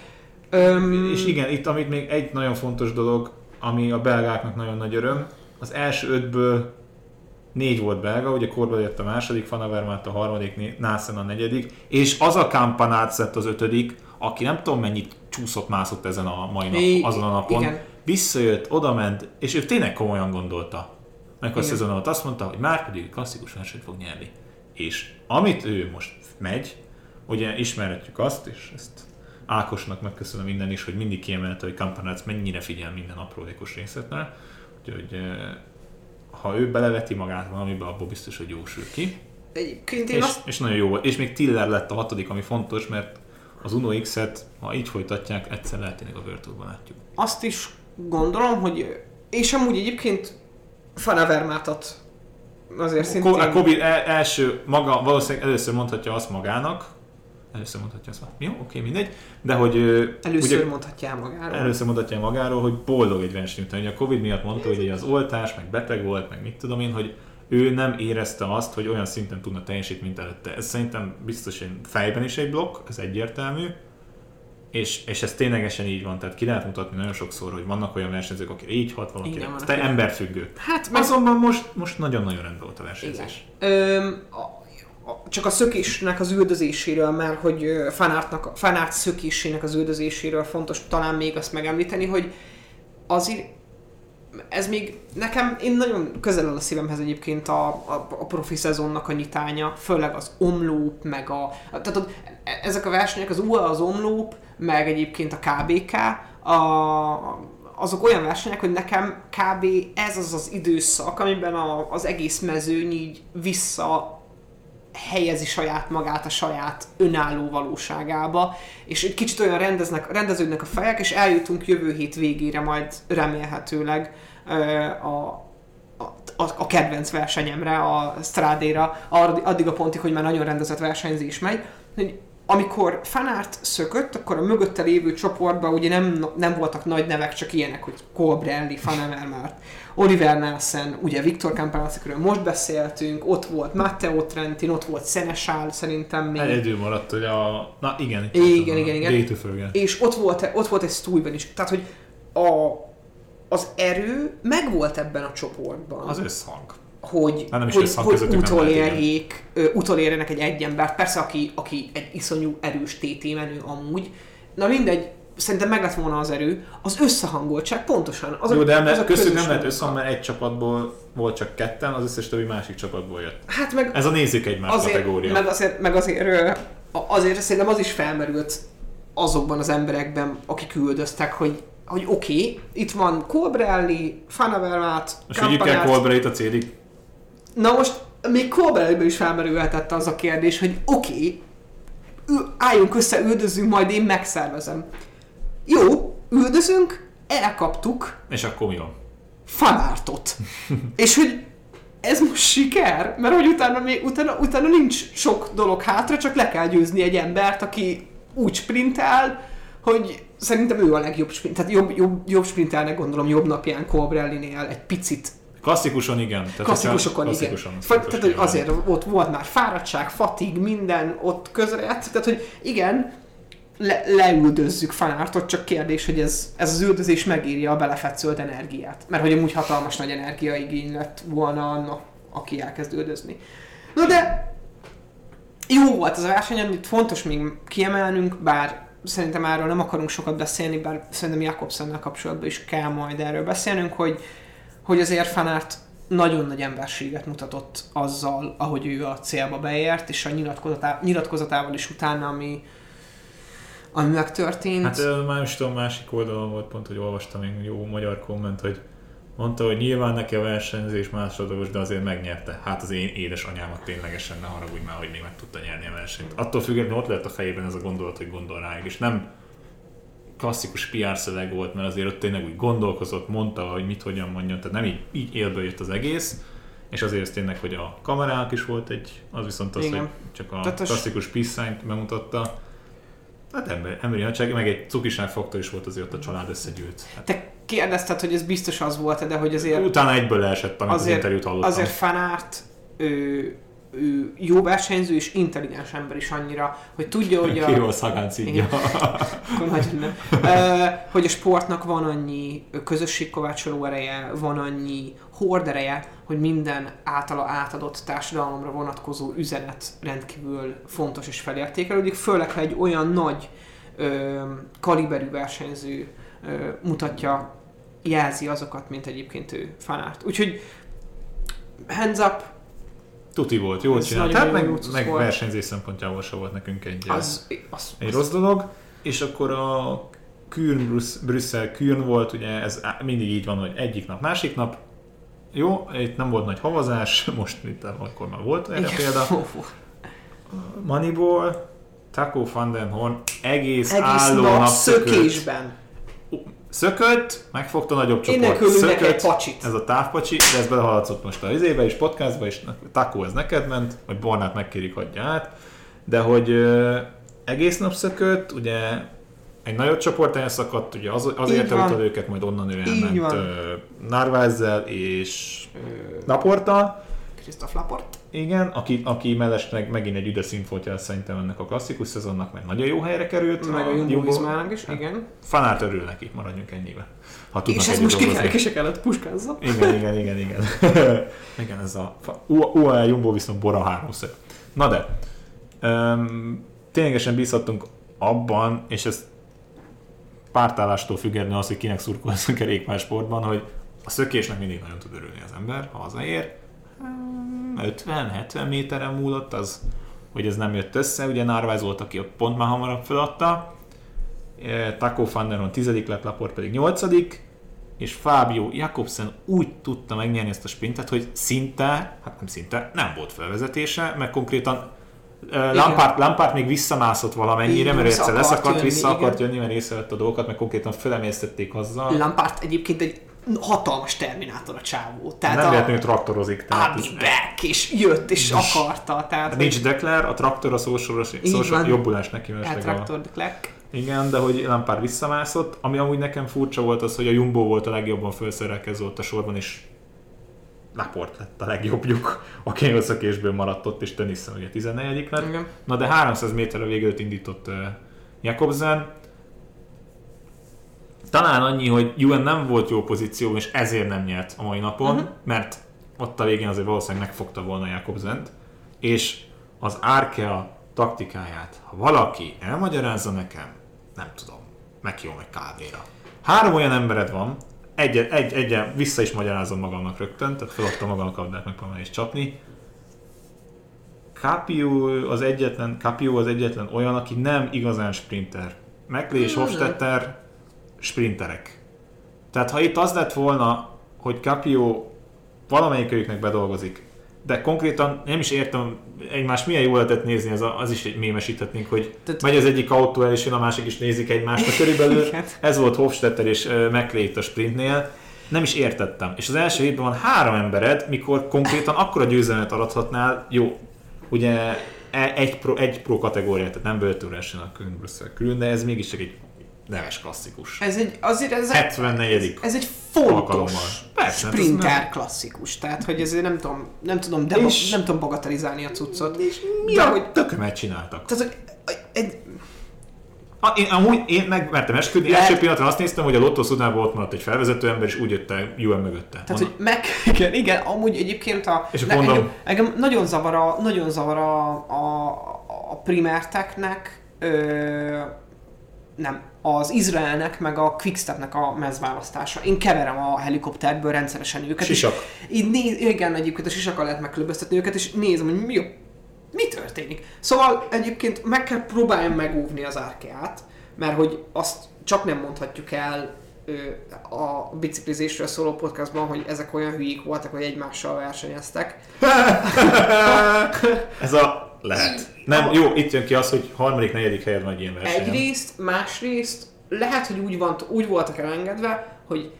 És igen, itt amit még egy nagyon fontos dolog, ami a belgáknak nagyon nagy öröm, az első 5-ből 4 volt belga, ugye Corbellet a második, Van Avermaet a harmadik, Naesen a negyedik, és az a Campanát lett az 5., aki nem tudom mennyit csúszott-mászott ezen a mai nap, azon a napon, igen. Visszajött, odament, és ő tényleg komolyan gondolta. Meg a szezon alatt azt mondta, hogy már pedig klasszikus versenyt fog nyerni. És amit ő most megy, ugye ismerhetjük azt, és ezt Ákosnak megköszönöm minden is, hogy mindig kiemelte, hogy Campanát mennyire figyel minden aprólékos részletnél, úgyhogy ha ő beleveti magát valamibe, abból biztos, hogy jó sül ki. És nagyon jó volt. És még Tiller lett a 6., ami fontos, mert az Uno X-et, ha így folytatják, egyszer lehet tényleg a World Tourban látjuk. Azt is gondolom, hogy... És amúgy egyébként Van Avermaetot azért szintén... A Kobi valószínűleg először mondhatja azt magának, jó, oké, mindegy, de hogy... Először mondhatja magáról, hogy boldog egy verseny után. Ugye a Covid miatt mondta, hogy az oltás, meg beteg volt, meg mit tudom én, hogy ő nem érezte azt, hogy olyan szinten tudna teljesíteni, mint előtte. Ez szerintem biztos, hogy fejben is egy blokk, ez egyértelmű, és ez ténylegesen így van, tehát ki lehet mutatni nagyon sokszor, hogy vannak olyan versenyzők, akik így hat, valaki emberfüggő. Hát, azonban most nagyon-nagyon rendben volt a versenyzés. Csak a szökésnek az üldözéséről, mert hogy Van Aert szökésének az üldözéséről fontos talán még azt megemlíteni, hogy azért ez még nekem, én nagyon közel áll a szívemhez egyébként a profi szezonnak a nyitánya, főleg az omlóp, meg tehát ezek a versenyek, az UA, az omlóp, meg egyébként a KBK, azok olyan versenyek, hogy nekem kb. Ez az időszak, amiben az egész mezőny így helyezi saját magát a saját önálló valóságába, és egy kicsit olyan rendeződnek a fejek, és eljutunk jövő hét végére majd remélhetőleg a kedvenc versenyemre, a Strádéra, addig a pontig, hogy már nagyon rendezett versenyzés megy, hogy amikor Van Aert szökött, akkor a mögötte lévő csoportban ugye nem voltak nagy nevek, csak ilyenek, hogy Colbrelli, Van Avermaet, Oliver Naesen, ugye Viktor Campenaciről most beszéltünk, ott volt Matteo Trentin, ott volt Seneschal szerintem még. Egyedül maradt, hogy igen. És ott volt egy Stuyven is. Tehát, hogy az erő megvolt ebben a csoportban. Az összhang. Hogy utolérjenek egy embert, persze aki egy iszonyú erős TT menő amúgy. Na mindegy, szerintem meg lett volna az erő, az összehangoltság pontosan. Jó, de köztük nem lehet összehang, mert egy csapatból volt csak ketten, az összes többi másik csapatból jött. Hát meg ez a nézzük egymás kategória. Azért szerintem az is felmerült azokban az emberekben, akik üldöztek, hogy oké, itt van Colbrelli, Van Avermaet, most vigyük el Colbrellit a célig. Na most még Colbrelliből is felmerülhetett az a kérdés, hogy oké, álljunk össze, üldözzünk, majd én megszervezem. Jó, üldözünk, elkaptuk. És akkor mi van? Van Aertot. És hogy ez most siker? Mert hogy utána nincs sok dolog hátra, csak le kell győzni egy embert, aki úgy sprintel, hogy szerintem ő a legjobb sprint. Tehát jobb sprintelnek gondolom jobb napján Colbrellinél egy picit Klasszikuson igen. Tehát klasszikusokon igen. Tehát, hogy azért ott volt már fáradtság, fatig, minden ott közrejátszik, tehát hogy igen, leüldözzük Fanártot, csak kérdés, hogy ez az üldözés megírja a belefetszölt energiát. Mert hogy amúgy hatalmas nagy energiaigény lett volna annak, aki elkezd üldözni. Na de jó volt ez a verseny, amit fontos még kiemelnünk, bár szerintem erről nem akarunk sokat beszélni, bár szerintem Jakobsennel kapcsolatban is kell majd erről beszélnünk, hogy azért Fanart nagyon nagy emberséget mutatott azzal, ahogy ő a célba beért, és a nyilatkozatával is utána, ami megtörtént. Hát már is tudom, másik oldalon volt pont, hogy olvastam egy jó magyar komment, hogy mondta, hogy nyilván neki a versenyzés másodlagos, de azért megnyerte. Hát az én édesanyámat ténylegesen, ne haragudj már, hogy még meg tudta nyerni a versenyt. Attól függetlenül ott lett a fejében ez a gondolat, hogy gondol rájuk, és nem klasszikus PR szöveg volt, mert azért ott tényleg úgy gondolkozott, mondta, hogy mit, hogyan mondjon, tehát nem így élből jött az egész, és azért ez tényleg, hogy a kamerának is volt az viszont az, igen, hogy csak a klasszikus peace signt bemutatta. Hát emberi nagyság, meg egy cukiságfaktor is volt azért ott a család összegyűlt. Hát. Te kérdezted, hogy ez biztos az volt, de hogy azért... Utána egyből leesett, amit az interjút hallottam. Azért Fanart ő jó versenyző és intelligens ember is annyira, hogy tudja, hogy Kirol Szagánc így. Hogy a sportnak van annyi közösségkovácsoló ereje, van annyi hordereje, hogy minden általa átadott társadalomra vonatkozó üzenet rendkívül fontos és felértékelődik, főleg ha egy olyan nagy kaliberű versenyző mutatja, jelzi azokat, mint egyébként ő Fanart. Úgyhogy hands up. Tuti volt, jól csinált. Tehát meg versenyzés szempontjából se volt nekünk egy rossz dolog. És akkor a Brüsszel-Kürn volt, ugye ez mindig így van, hogy egyik nap, másik nap. Jó, itt nem volt nagy havazás, most itt akkor már volt erre példa. Moneyball, Taco van den Horn egész álló nap szökésben. Szökött, megfogta nagyobb csoport. Szökött, pacsit. Ez a távpacsi, de ez belehaladszott most a izébe is, podcastba is, Taco ez neked ment, vagy Bornát megkérik, hagyja át, de hogy egész nap szökött, ugye egy nagyobb csoport elszakadt, ugye azért elutad őket, majd onnan ő elment Narváezzel és Laporta. Christophe Laporte. Igen, aki mellesleg megint egy üde színfoltja szerintem ennek a klasszikus szezonnak, mert nagyon jó helyre került. Meg a Jumbo-Vismának is, igen. Fanart örül neki, maradjunk ennyibe. És ez most ki se kellett puskázza. Igen. Igen, ez a UAE Jumbo-Visma Bora 3 szög. Na de, ténylegesen bízhattunk abban, és ez pártállástól függetlenül az, hogy kinek szurkolsz a kerékpársportban, hogy a szökésnek mindig nagyon tud örülni az ember, ha hazaér. 50-70 méteren múlott az, hogy ez nem jött össze. Ugye Narváez volt, aki ott pont már hamarabb feladta. Taco van den Horn 10. lett, Laporte pedig 8. És Fabio Jakobsen úgy tudta megnyerni ezt a sprintet, hogy nem volt felvezetése, meg konkrétan Lampard még visszamászott valamennyire, mert egyszer leszakadt, vissza akart jönni, mert észrevett a dolgokat, meg konkrétan felemésztették azzal. Lampard egyébként egy hatalmas terminátor a csávó. Tehát nem véletlenül traktorozik. Back, és jött, és akarta. Tehát, nincs Decler, a traktor a szósoros jobbulás neki. Traktor Declerc. Igen, de hogy Lampard visszamászott. Ami amúgy nekem furcsa volt az, hogy a Jumbo volt a legjobban felszerelkező ott a sorban, és Laporte lett a legjobbjuk, aki a szökésből maradt ott, és Tönnissen ugye 14. lett. Igen. Na de 300 méterre végül indított Jakobsen. Talán annyi, hogy Ewan nem volt jó pozícióban, és ezért nem nyert a mai napon, mert ott a végén azért valószínűleg megfogta volna Jakobsent, és az Arkea taktikáját, ha valaki elmagyarázza nekem, nem tudom, meghívom egy kávéra. 3 olyan embered van, egyen vissza is magyarázom magamnak rögtön, tehát feladtam magam a kabdát, megpróbálni is csapni. Capio az egyetlen olyan, aki nem igazán sprinter. Mackley és Hofstetter sprinterek. Tehát ha itt az lett volna, hogy Capio valamelyikőjüknek bedolgozik, de konkrétan nem is értem, egymást milyen jól lehetett nézni, az is mémesíthetnénk, hogy megy az egyik autó el, és jön a másik is nézik egymást. A körülbelül ez volt Hofstetter és Mackley itt a sprintnél. Nem is értettem. És az első hétben van 3 embered, mikor konkrétan akkora győzelmet arathatnál, jó, ugye egy pro kategóriát, tehát nem böltőresen a Brüsszel külön, de ez mégiscsak egy neves klasszikus. Ez egy, azért ez 74. Ez egy fontos alkalommal. Persze, sprinter klasszikus. Tehát, hogy ezért nem tudom bagatelizálni a cuccot. És mi a tökömet csináltak? Tehát, hogy Én megmertem esküdni, első pillanatra azt néztem, hogy a Lotto Sudánban ott maradt egy felvezető ember, és úgy jött el UM mögötte. Tehát, hogy igen, amúgy egyébként engem nagyon zavar a primerteknek, nem, az Izraelnek, meg a Quickstepnek a mezválasztása. Én keverem a helikopterből rendszeresen őket. Sisak. Igen, egyébként a sisakkal lehet megkülönböztetni őket, és nézem, hogy mi történik. Szóval egyébként meg kell próbáljam megóvni az Arkeát, mert hogy azt csak nem mondhatjuk el a biciklizésről szóló podcastban, hogy ezek olyan hülyék voltak, hogy egymással versenyeztek. Ez a lehet. Nem, jó, itt jön ki az, hogy harmadik, negyedik helyen van egy ilyen versenyen. Egyrészt, másrészt lehet, hogy úgy voltak elengedve, hogy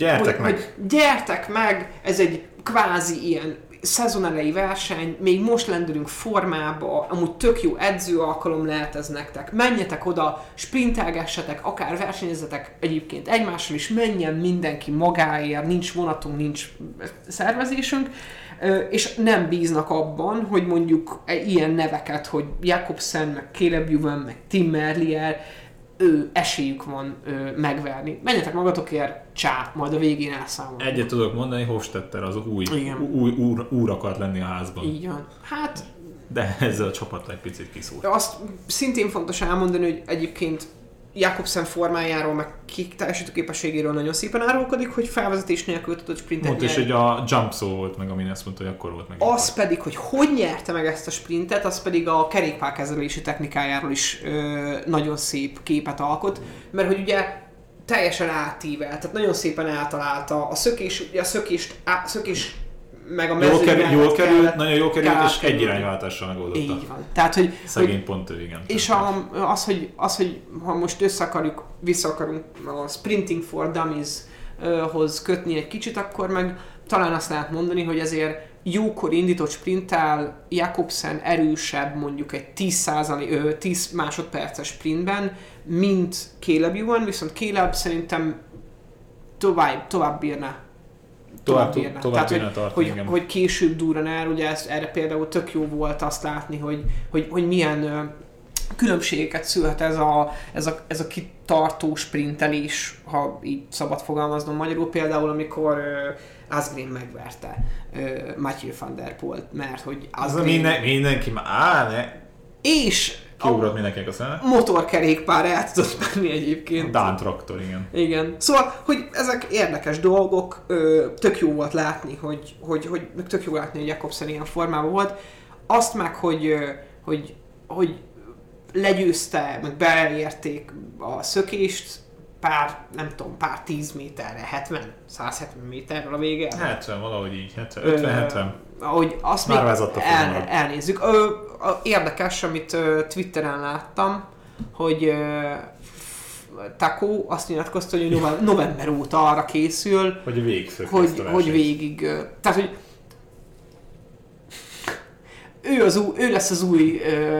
gyertek meg, ez egy kvázi ilyen szezonelei verseny, még most lendülünk formába, amúgy tök jó edzőalkalom lehet ez nektek. Menjetek oda, sprintelgessetek, akár versenyezzetek egyébként egymással is, menjen mindenki magáért, nincs vonatunk, nincs szervezésünk, és nem bíznak abban, hogy mondjuk ilyen neveket, hogy Jakobsen, meg Caleb Ewan, meg Tim Merlier, esélyük van megverni. Menjetek magatokért, majd a végén elszámolunk. Egyet tudok mondani, Hofstetter az új úr akart lenni a házban. Így van. Hát... De ezzel a csapattal egy picit kiszúrt. Azt szintén fontos elmondani, hogy egyébként Jakobsen formájáról, meg teljesítő képességéről nagyon szépen árulkodik, hogy felvezetés nélkül tudott sprintet nyerni. És hogy a jump szó volt meg, amin ezt mondta, hogy akkor volt meg. Az pedig, hogy nyerte meg ezt a sprintet, az pedig a kerékpárkezelési technikájáról is nagyon szép képet alkot, mert hogy ugye teljesen átível, tehát nagyon szépen eltalálta a szökés meg a mezőnyben. Nagyon jól került, és egy irányváltással megoldotta. Így van. Tehát, hogy szegény pont ő, igen. És az, hogy ha most vissza akarunk a Sprinting for Dummies-hoz kötni egy kicsit, akkor meg talán azt lehet mondani, hogy ezért jókor indított sprinttel Jakobsen erősebb mondjuk egy 10 másodperces sprintben, mint Caleb Ewan, viszont Caleb szerintem tovább bírna. Tovább bírna tartani, hogy később durran el, ugye erre például tök jó volt azt látni, hogy milyen különbségeket szülhet ez a kitartó sprintelés, ha így szabad fogalmaznom magyarul, például amikor Asgreen megverte Mathieu van der Poelt, mert hogy mindenki már és kiugrott mindenkinek a szeme. Motorkerékpár el tudott menni egyébként. Dán traktor, igen. Igen. Szóval, hogy ezek érdekes dolgok, tök jó volt látni, hogy tök jó látni, hogy Jakobsen ilyen formában volt. Azt meg, hogy legyőzte, meg beleérték a szökést, pár 10 méterre, 170 méterről a vége. 70, valahogy így, 50-70. Ahogy azt még elnézzük. Érdekes, amit Twitteren láttam, hogy Taco azt nyilatkozta, hogy november óta arra készül, hogy végig. Tehát, hogy ő lesz az új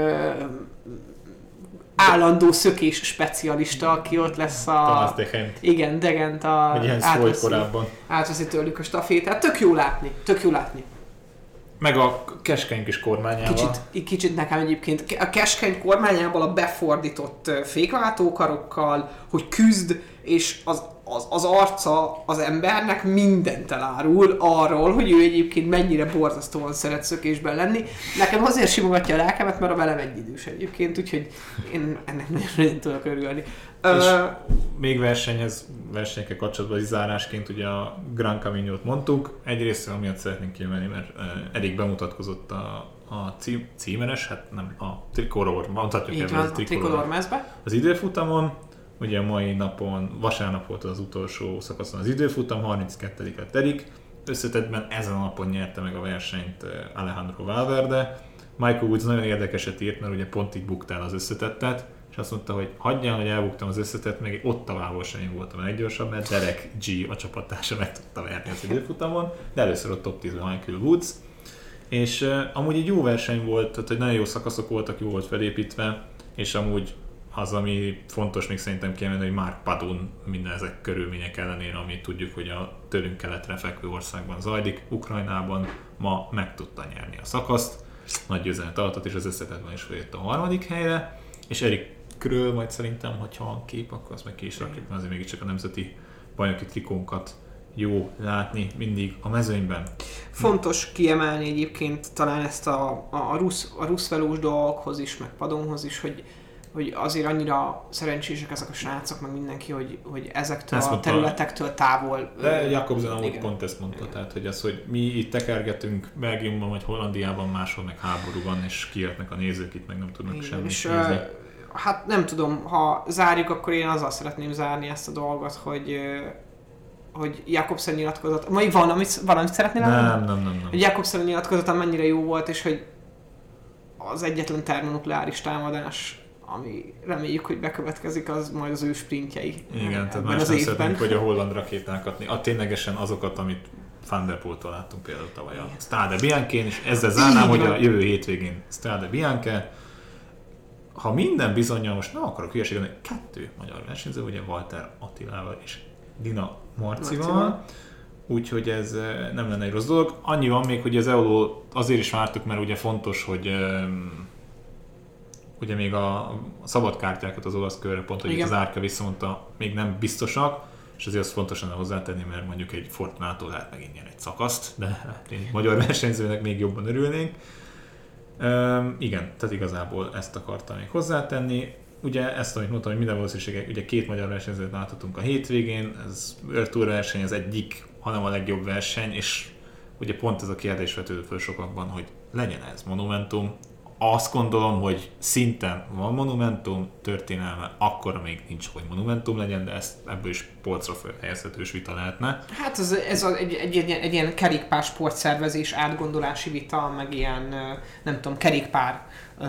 állandó szökés specialista, aki ott lesz Thomas Degent. Igen, Degent átveszi tőlük a stafétát. Tök jó látni. Meg a keskeny kis kormányával. Kicsit nekem egyébként a keskeny kormányával, a befordított fékváltókarokkal, hogy küzd, és az arca az embernek mindent elárul arról, hogy ő egyébként mennyire borzasztóan szeret szökésben lenni. Nekem azért simogatja a lelkemet, mert a velem egyidős egyébként, úgyhogy én ennek nagyon tudok örülni. És még versenyekkel kapcsolatban is zárásként ugye a Gran Camino-t mondtuk. Egyrészt amiatt szeretnénk kiemelni, mert Erik bemutatkozott a címeres, hát nem, a Tricolor, mondhatjuk el, a Tricolor mezbe. Az időfutamon, ugye a mai napon, vasárnap volt az utolsó szakaszon az időfutam, 32. lett Erik. Összetettben ezen a napon nyerte meg a versenyt Alejandro Valverde. Michael Woods nagyon érdekeset írt, mert ugye pont így buktál az összetettet, és azt mondta, hogy hagyjál, hogy elbuktam az összetett, meg Ottavával sem én voltam a leggyorsabb, mert Derek G. a csapattársa meg tudta verni az időfutamon, de először a top 10-ben Michael Woods. És amúgy egy jó verseny volt, tehát hogy nagyon jó szakaszok voltak, jó volt felépítve, és amúgy az, ami fontos még szerintem kiemelni, hogy Mark Padun minden ezek körülmények ellenére, amit tudjuk, hogy a tőlünk keletre fekvő országban zajlik, Ukrajnában ma meg tudta nyerni a szakaszt, nagy győzelmet alatt, és az összetetben is feljött a 3. helyre, és Erik Kröll majd szerintem, hogyha van kép, akkor azt meg ki is rakjuk, mert azért mégiscsak a nemzeti bajnoki trikónkat jó látni mindig a mezőnyben. Fontos kiemelni egyébként talán ezt a ruszvelós dolgokhoz is, meg Padonhoz is, hogy azért annyira szerencsések ezek a srácok, meg mindenki, hogy ezektől a területektől távol... De Jakobsen amúgy pont ezt mondta, tehát hogy az, hogy mi itt tekergetünk Belgiumban vagy Hollandiában, máshol meg háború van, és kijöttnek a nézők, itt meg nem tudnak semmit nézni. Hát nem tudom, ha zárjuk, akkor én azzal szeretném zárni ezt a dolgot, hogy Jakobsen nyilatkozat... Majd van, amit szeretnél elmondani? Nem. Hogy Jakobsen nyilatkozata mennyire jó volt, és hogy az egyetlen termonukleáris támadás, ami reméljük, hogy bekövetkezik, az majd az ő sprintjei. Igen, tehát más nem szeretnénk, hogy a holland rakétákat, ténylegesen azokat, amit Van der Poeltól láttunk például tavaly a Strade Bianchén, és ezzel zárnám, hogy a jövő hétvégén Strade Bianche. Ha minden bizonnyal, most nem akarok hülyeséget, 2 magyar versenyző, ugye Walter Attilával és Dina Marcival, úgyhogy ez nem lenne egy rossz dolog. Annyi van még, hogy az EOLO azért is vártuk, mert ugye fontos, hogy ugye még a szabadkártyákat az olasz körre, pont, hogy az Árka visszamondta, még nem biztosak, és azért az fontos lenne hozzátenni, mert mondjuk egy Fortunától lehet megint nyerni egy szakaszt, de egy magyar versenyzőnek még jobban örülnénk. Igen, tehát igazából ezt akartam még hozzátenni. Ugye ezt, amit mondtam, hogy minden valószínűséggel, ugye 2 magyar versenyzőt láthatunk a hétvégén, ez World Tour verseny az egyik, hanem a legjobb verseny, és ugye pont ez a kérdés vetődött föl sokakban, hogy legyen ez monumentum. Azt gondolom, hogy szinten van monumentum, történelme, akkor még nincs, hogy monumentum legyen, de ebből is polcra felhelyezhetős vita lehetne. Hát ez egy ilyen kerékpár sportszervezés, átgondolási vita, meg ilyen, nem tudom, kerékpár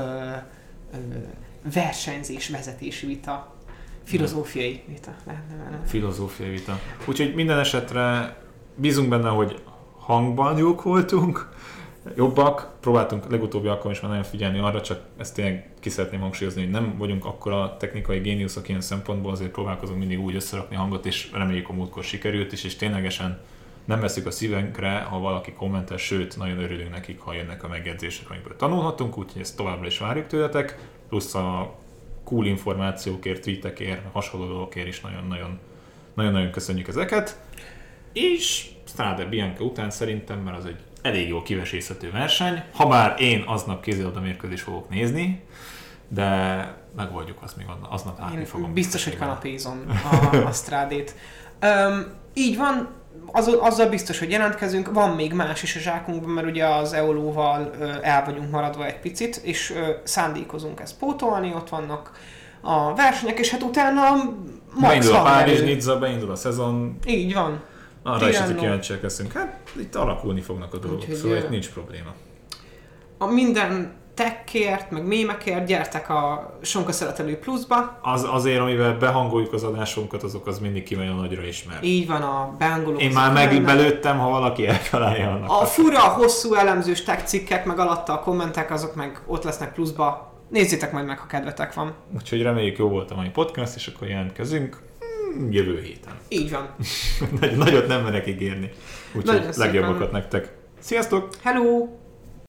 versenyzés, vezetési vita, filozófiai vita. Filozófiai vita. Úgyhogy minden esetre bízunk benne, hogy hangban jók voltunk, jobbak, próbáltunk legutóbbi alkalommal is már nagyon figyelni arra, csak ezt tényleg ki szeretném hangsúlyozni, hogy nem vagyunk akkora technikai géniuszok ilyen szempontból, azért próbálkozunk mindig úgy összerakni hangot, és reméljük a múltkor sikerült is, és ténylegesen nem veszük a szívünkre, ha valaki kommentel, sőt, nagyon örülünk nekik, ha jönnek a megjegyzések, amikből tanulhatunk, úgyhogy ezt továbbra is várjuk tőletek, plusz a cool információkért, tweetekért, hasonló dolgokért is nagyon-nagyon köszönjük ezeket. És Strade Bianche után szerintem, mert az egy elég jól kivesészhető verseny, ha bár én aznap kézilabda mérkőzést fogok nézni, de megoldjuk azt még aznap látni fogom. Biztos, hogy kanapézom a Strádét. Így van, azzal biztos, hogy jelentkezünk, van még más is a zsákunkban, mert ugye az EOLO-val el vagyunk maradva egy picit, és szándékozunk ezt pótolni, ott vannak a versenyek, és hát utána beindul a Párizs, Nizza, beindul a szezon. Így van. Arra is kíváncsiak leszünk. Hát itt alakulni fognak a dolgok, szóval itt nincs probléma. A minden tekkért, meg mémekért gyertek a Sonka Szeretelő Pluszba. Azért, amivel behangoljuk az adásunkat, azok az mindig kimegy a nagyra ismert. Így van, a behangolók. Én már belőttem, ha valaki eltalálja annak. A fura, hosszú elemzős tech cikkek, meg alatta a kommentek, azok meg ott lesznek pluszba. Nézzétek majd meg, ha kedvetek van. Úgyhogy reméljük jó volt a mai podcast, és akkor jelentkezünk jövő héten. Így van. Nagyot nem merek ígérni. Úgyhogy legjobbakat nektek. Sziasztok! Hello!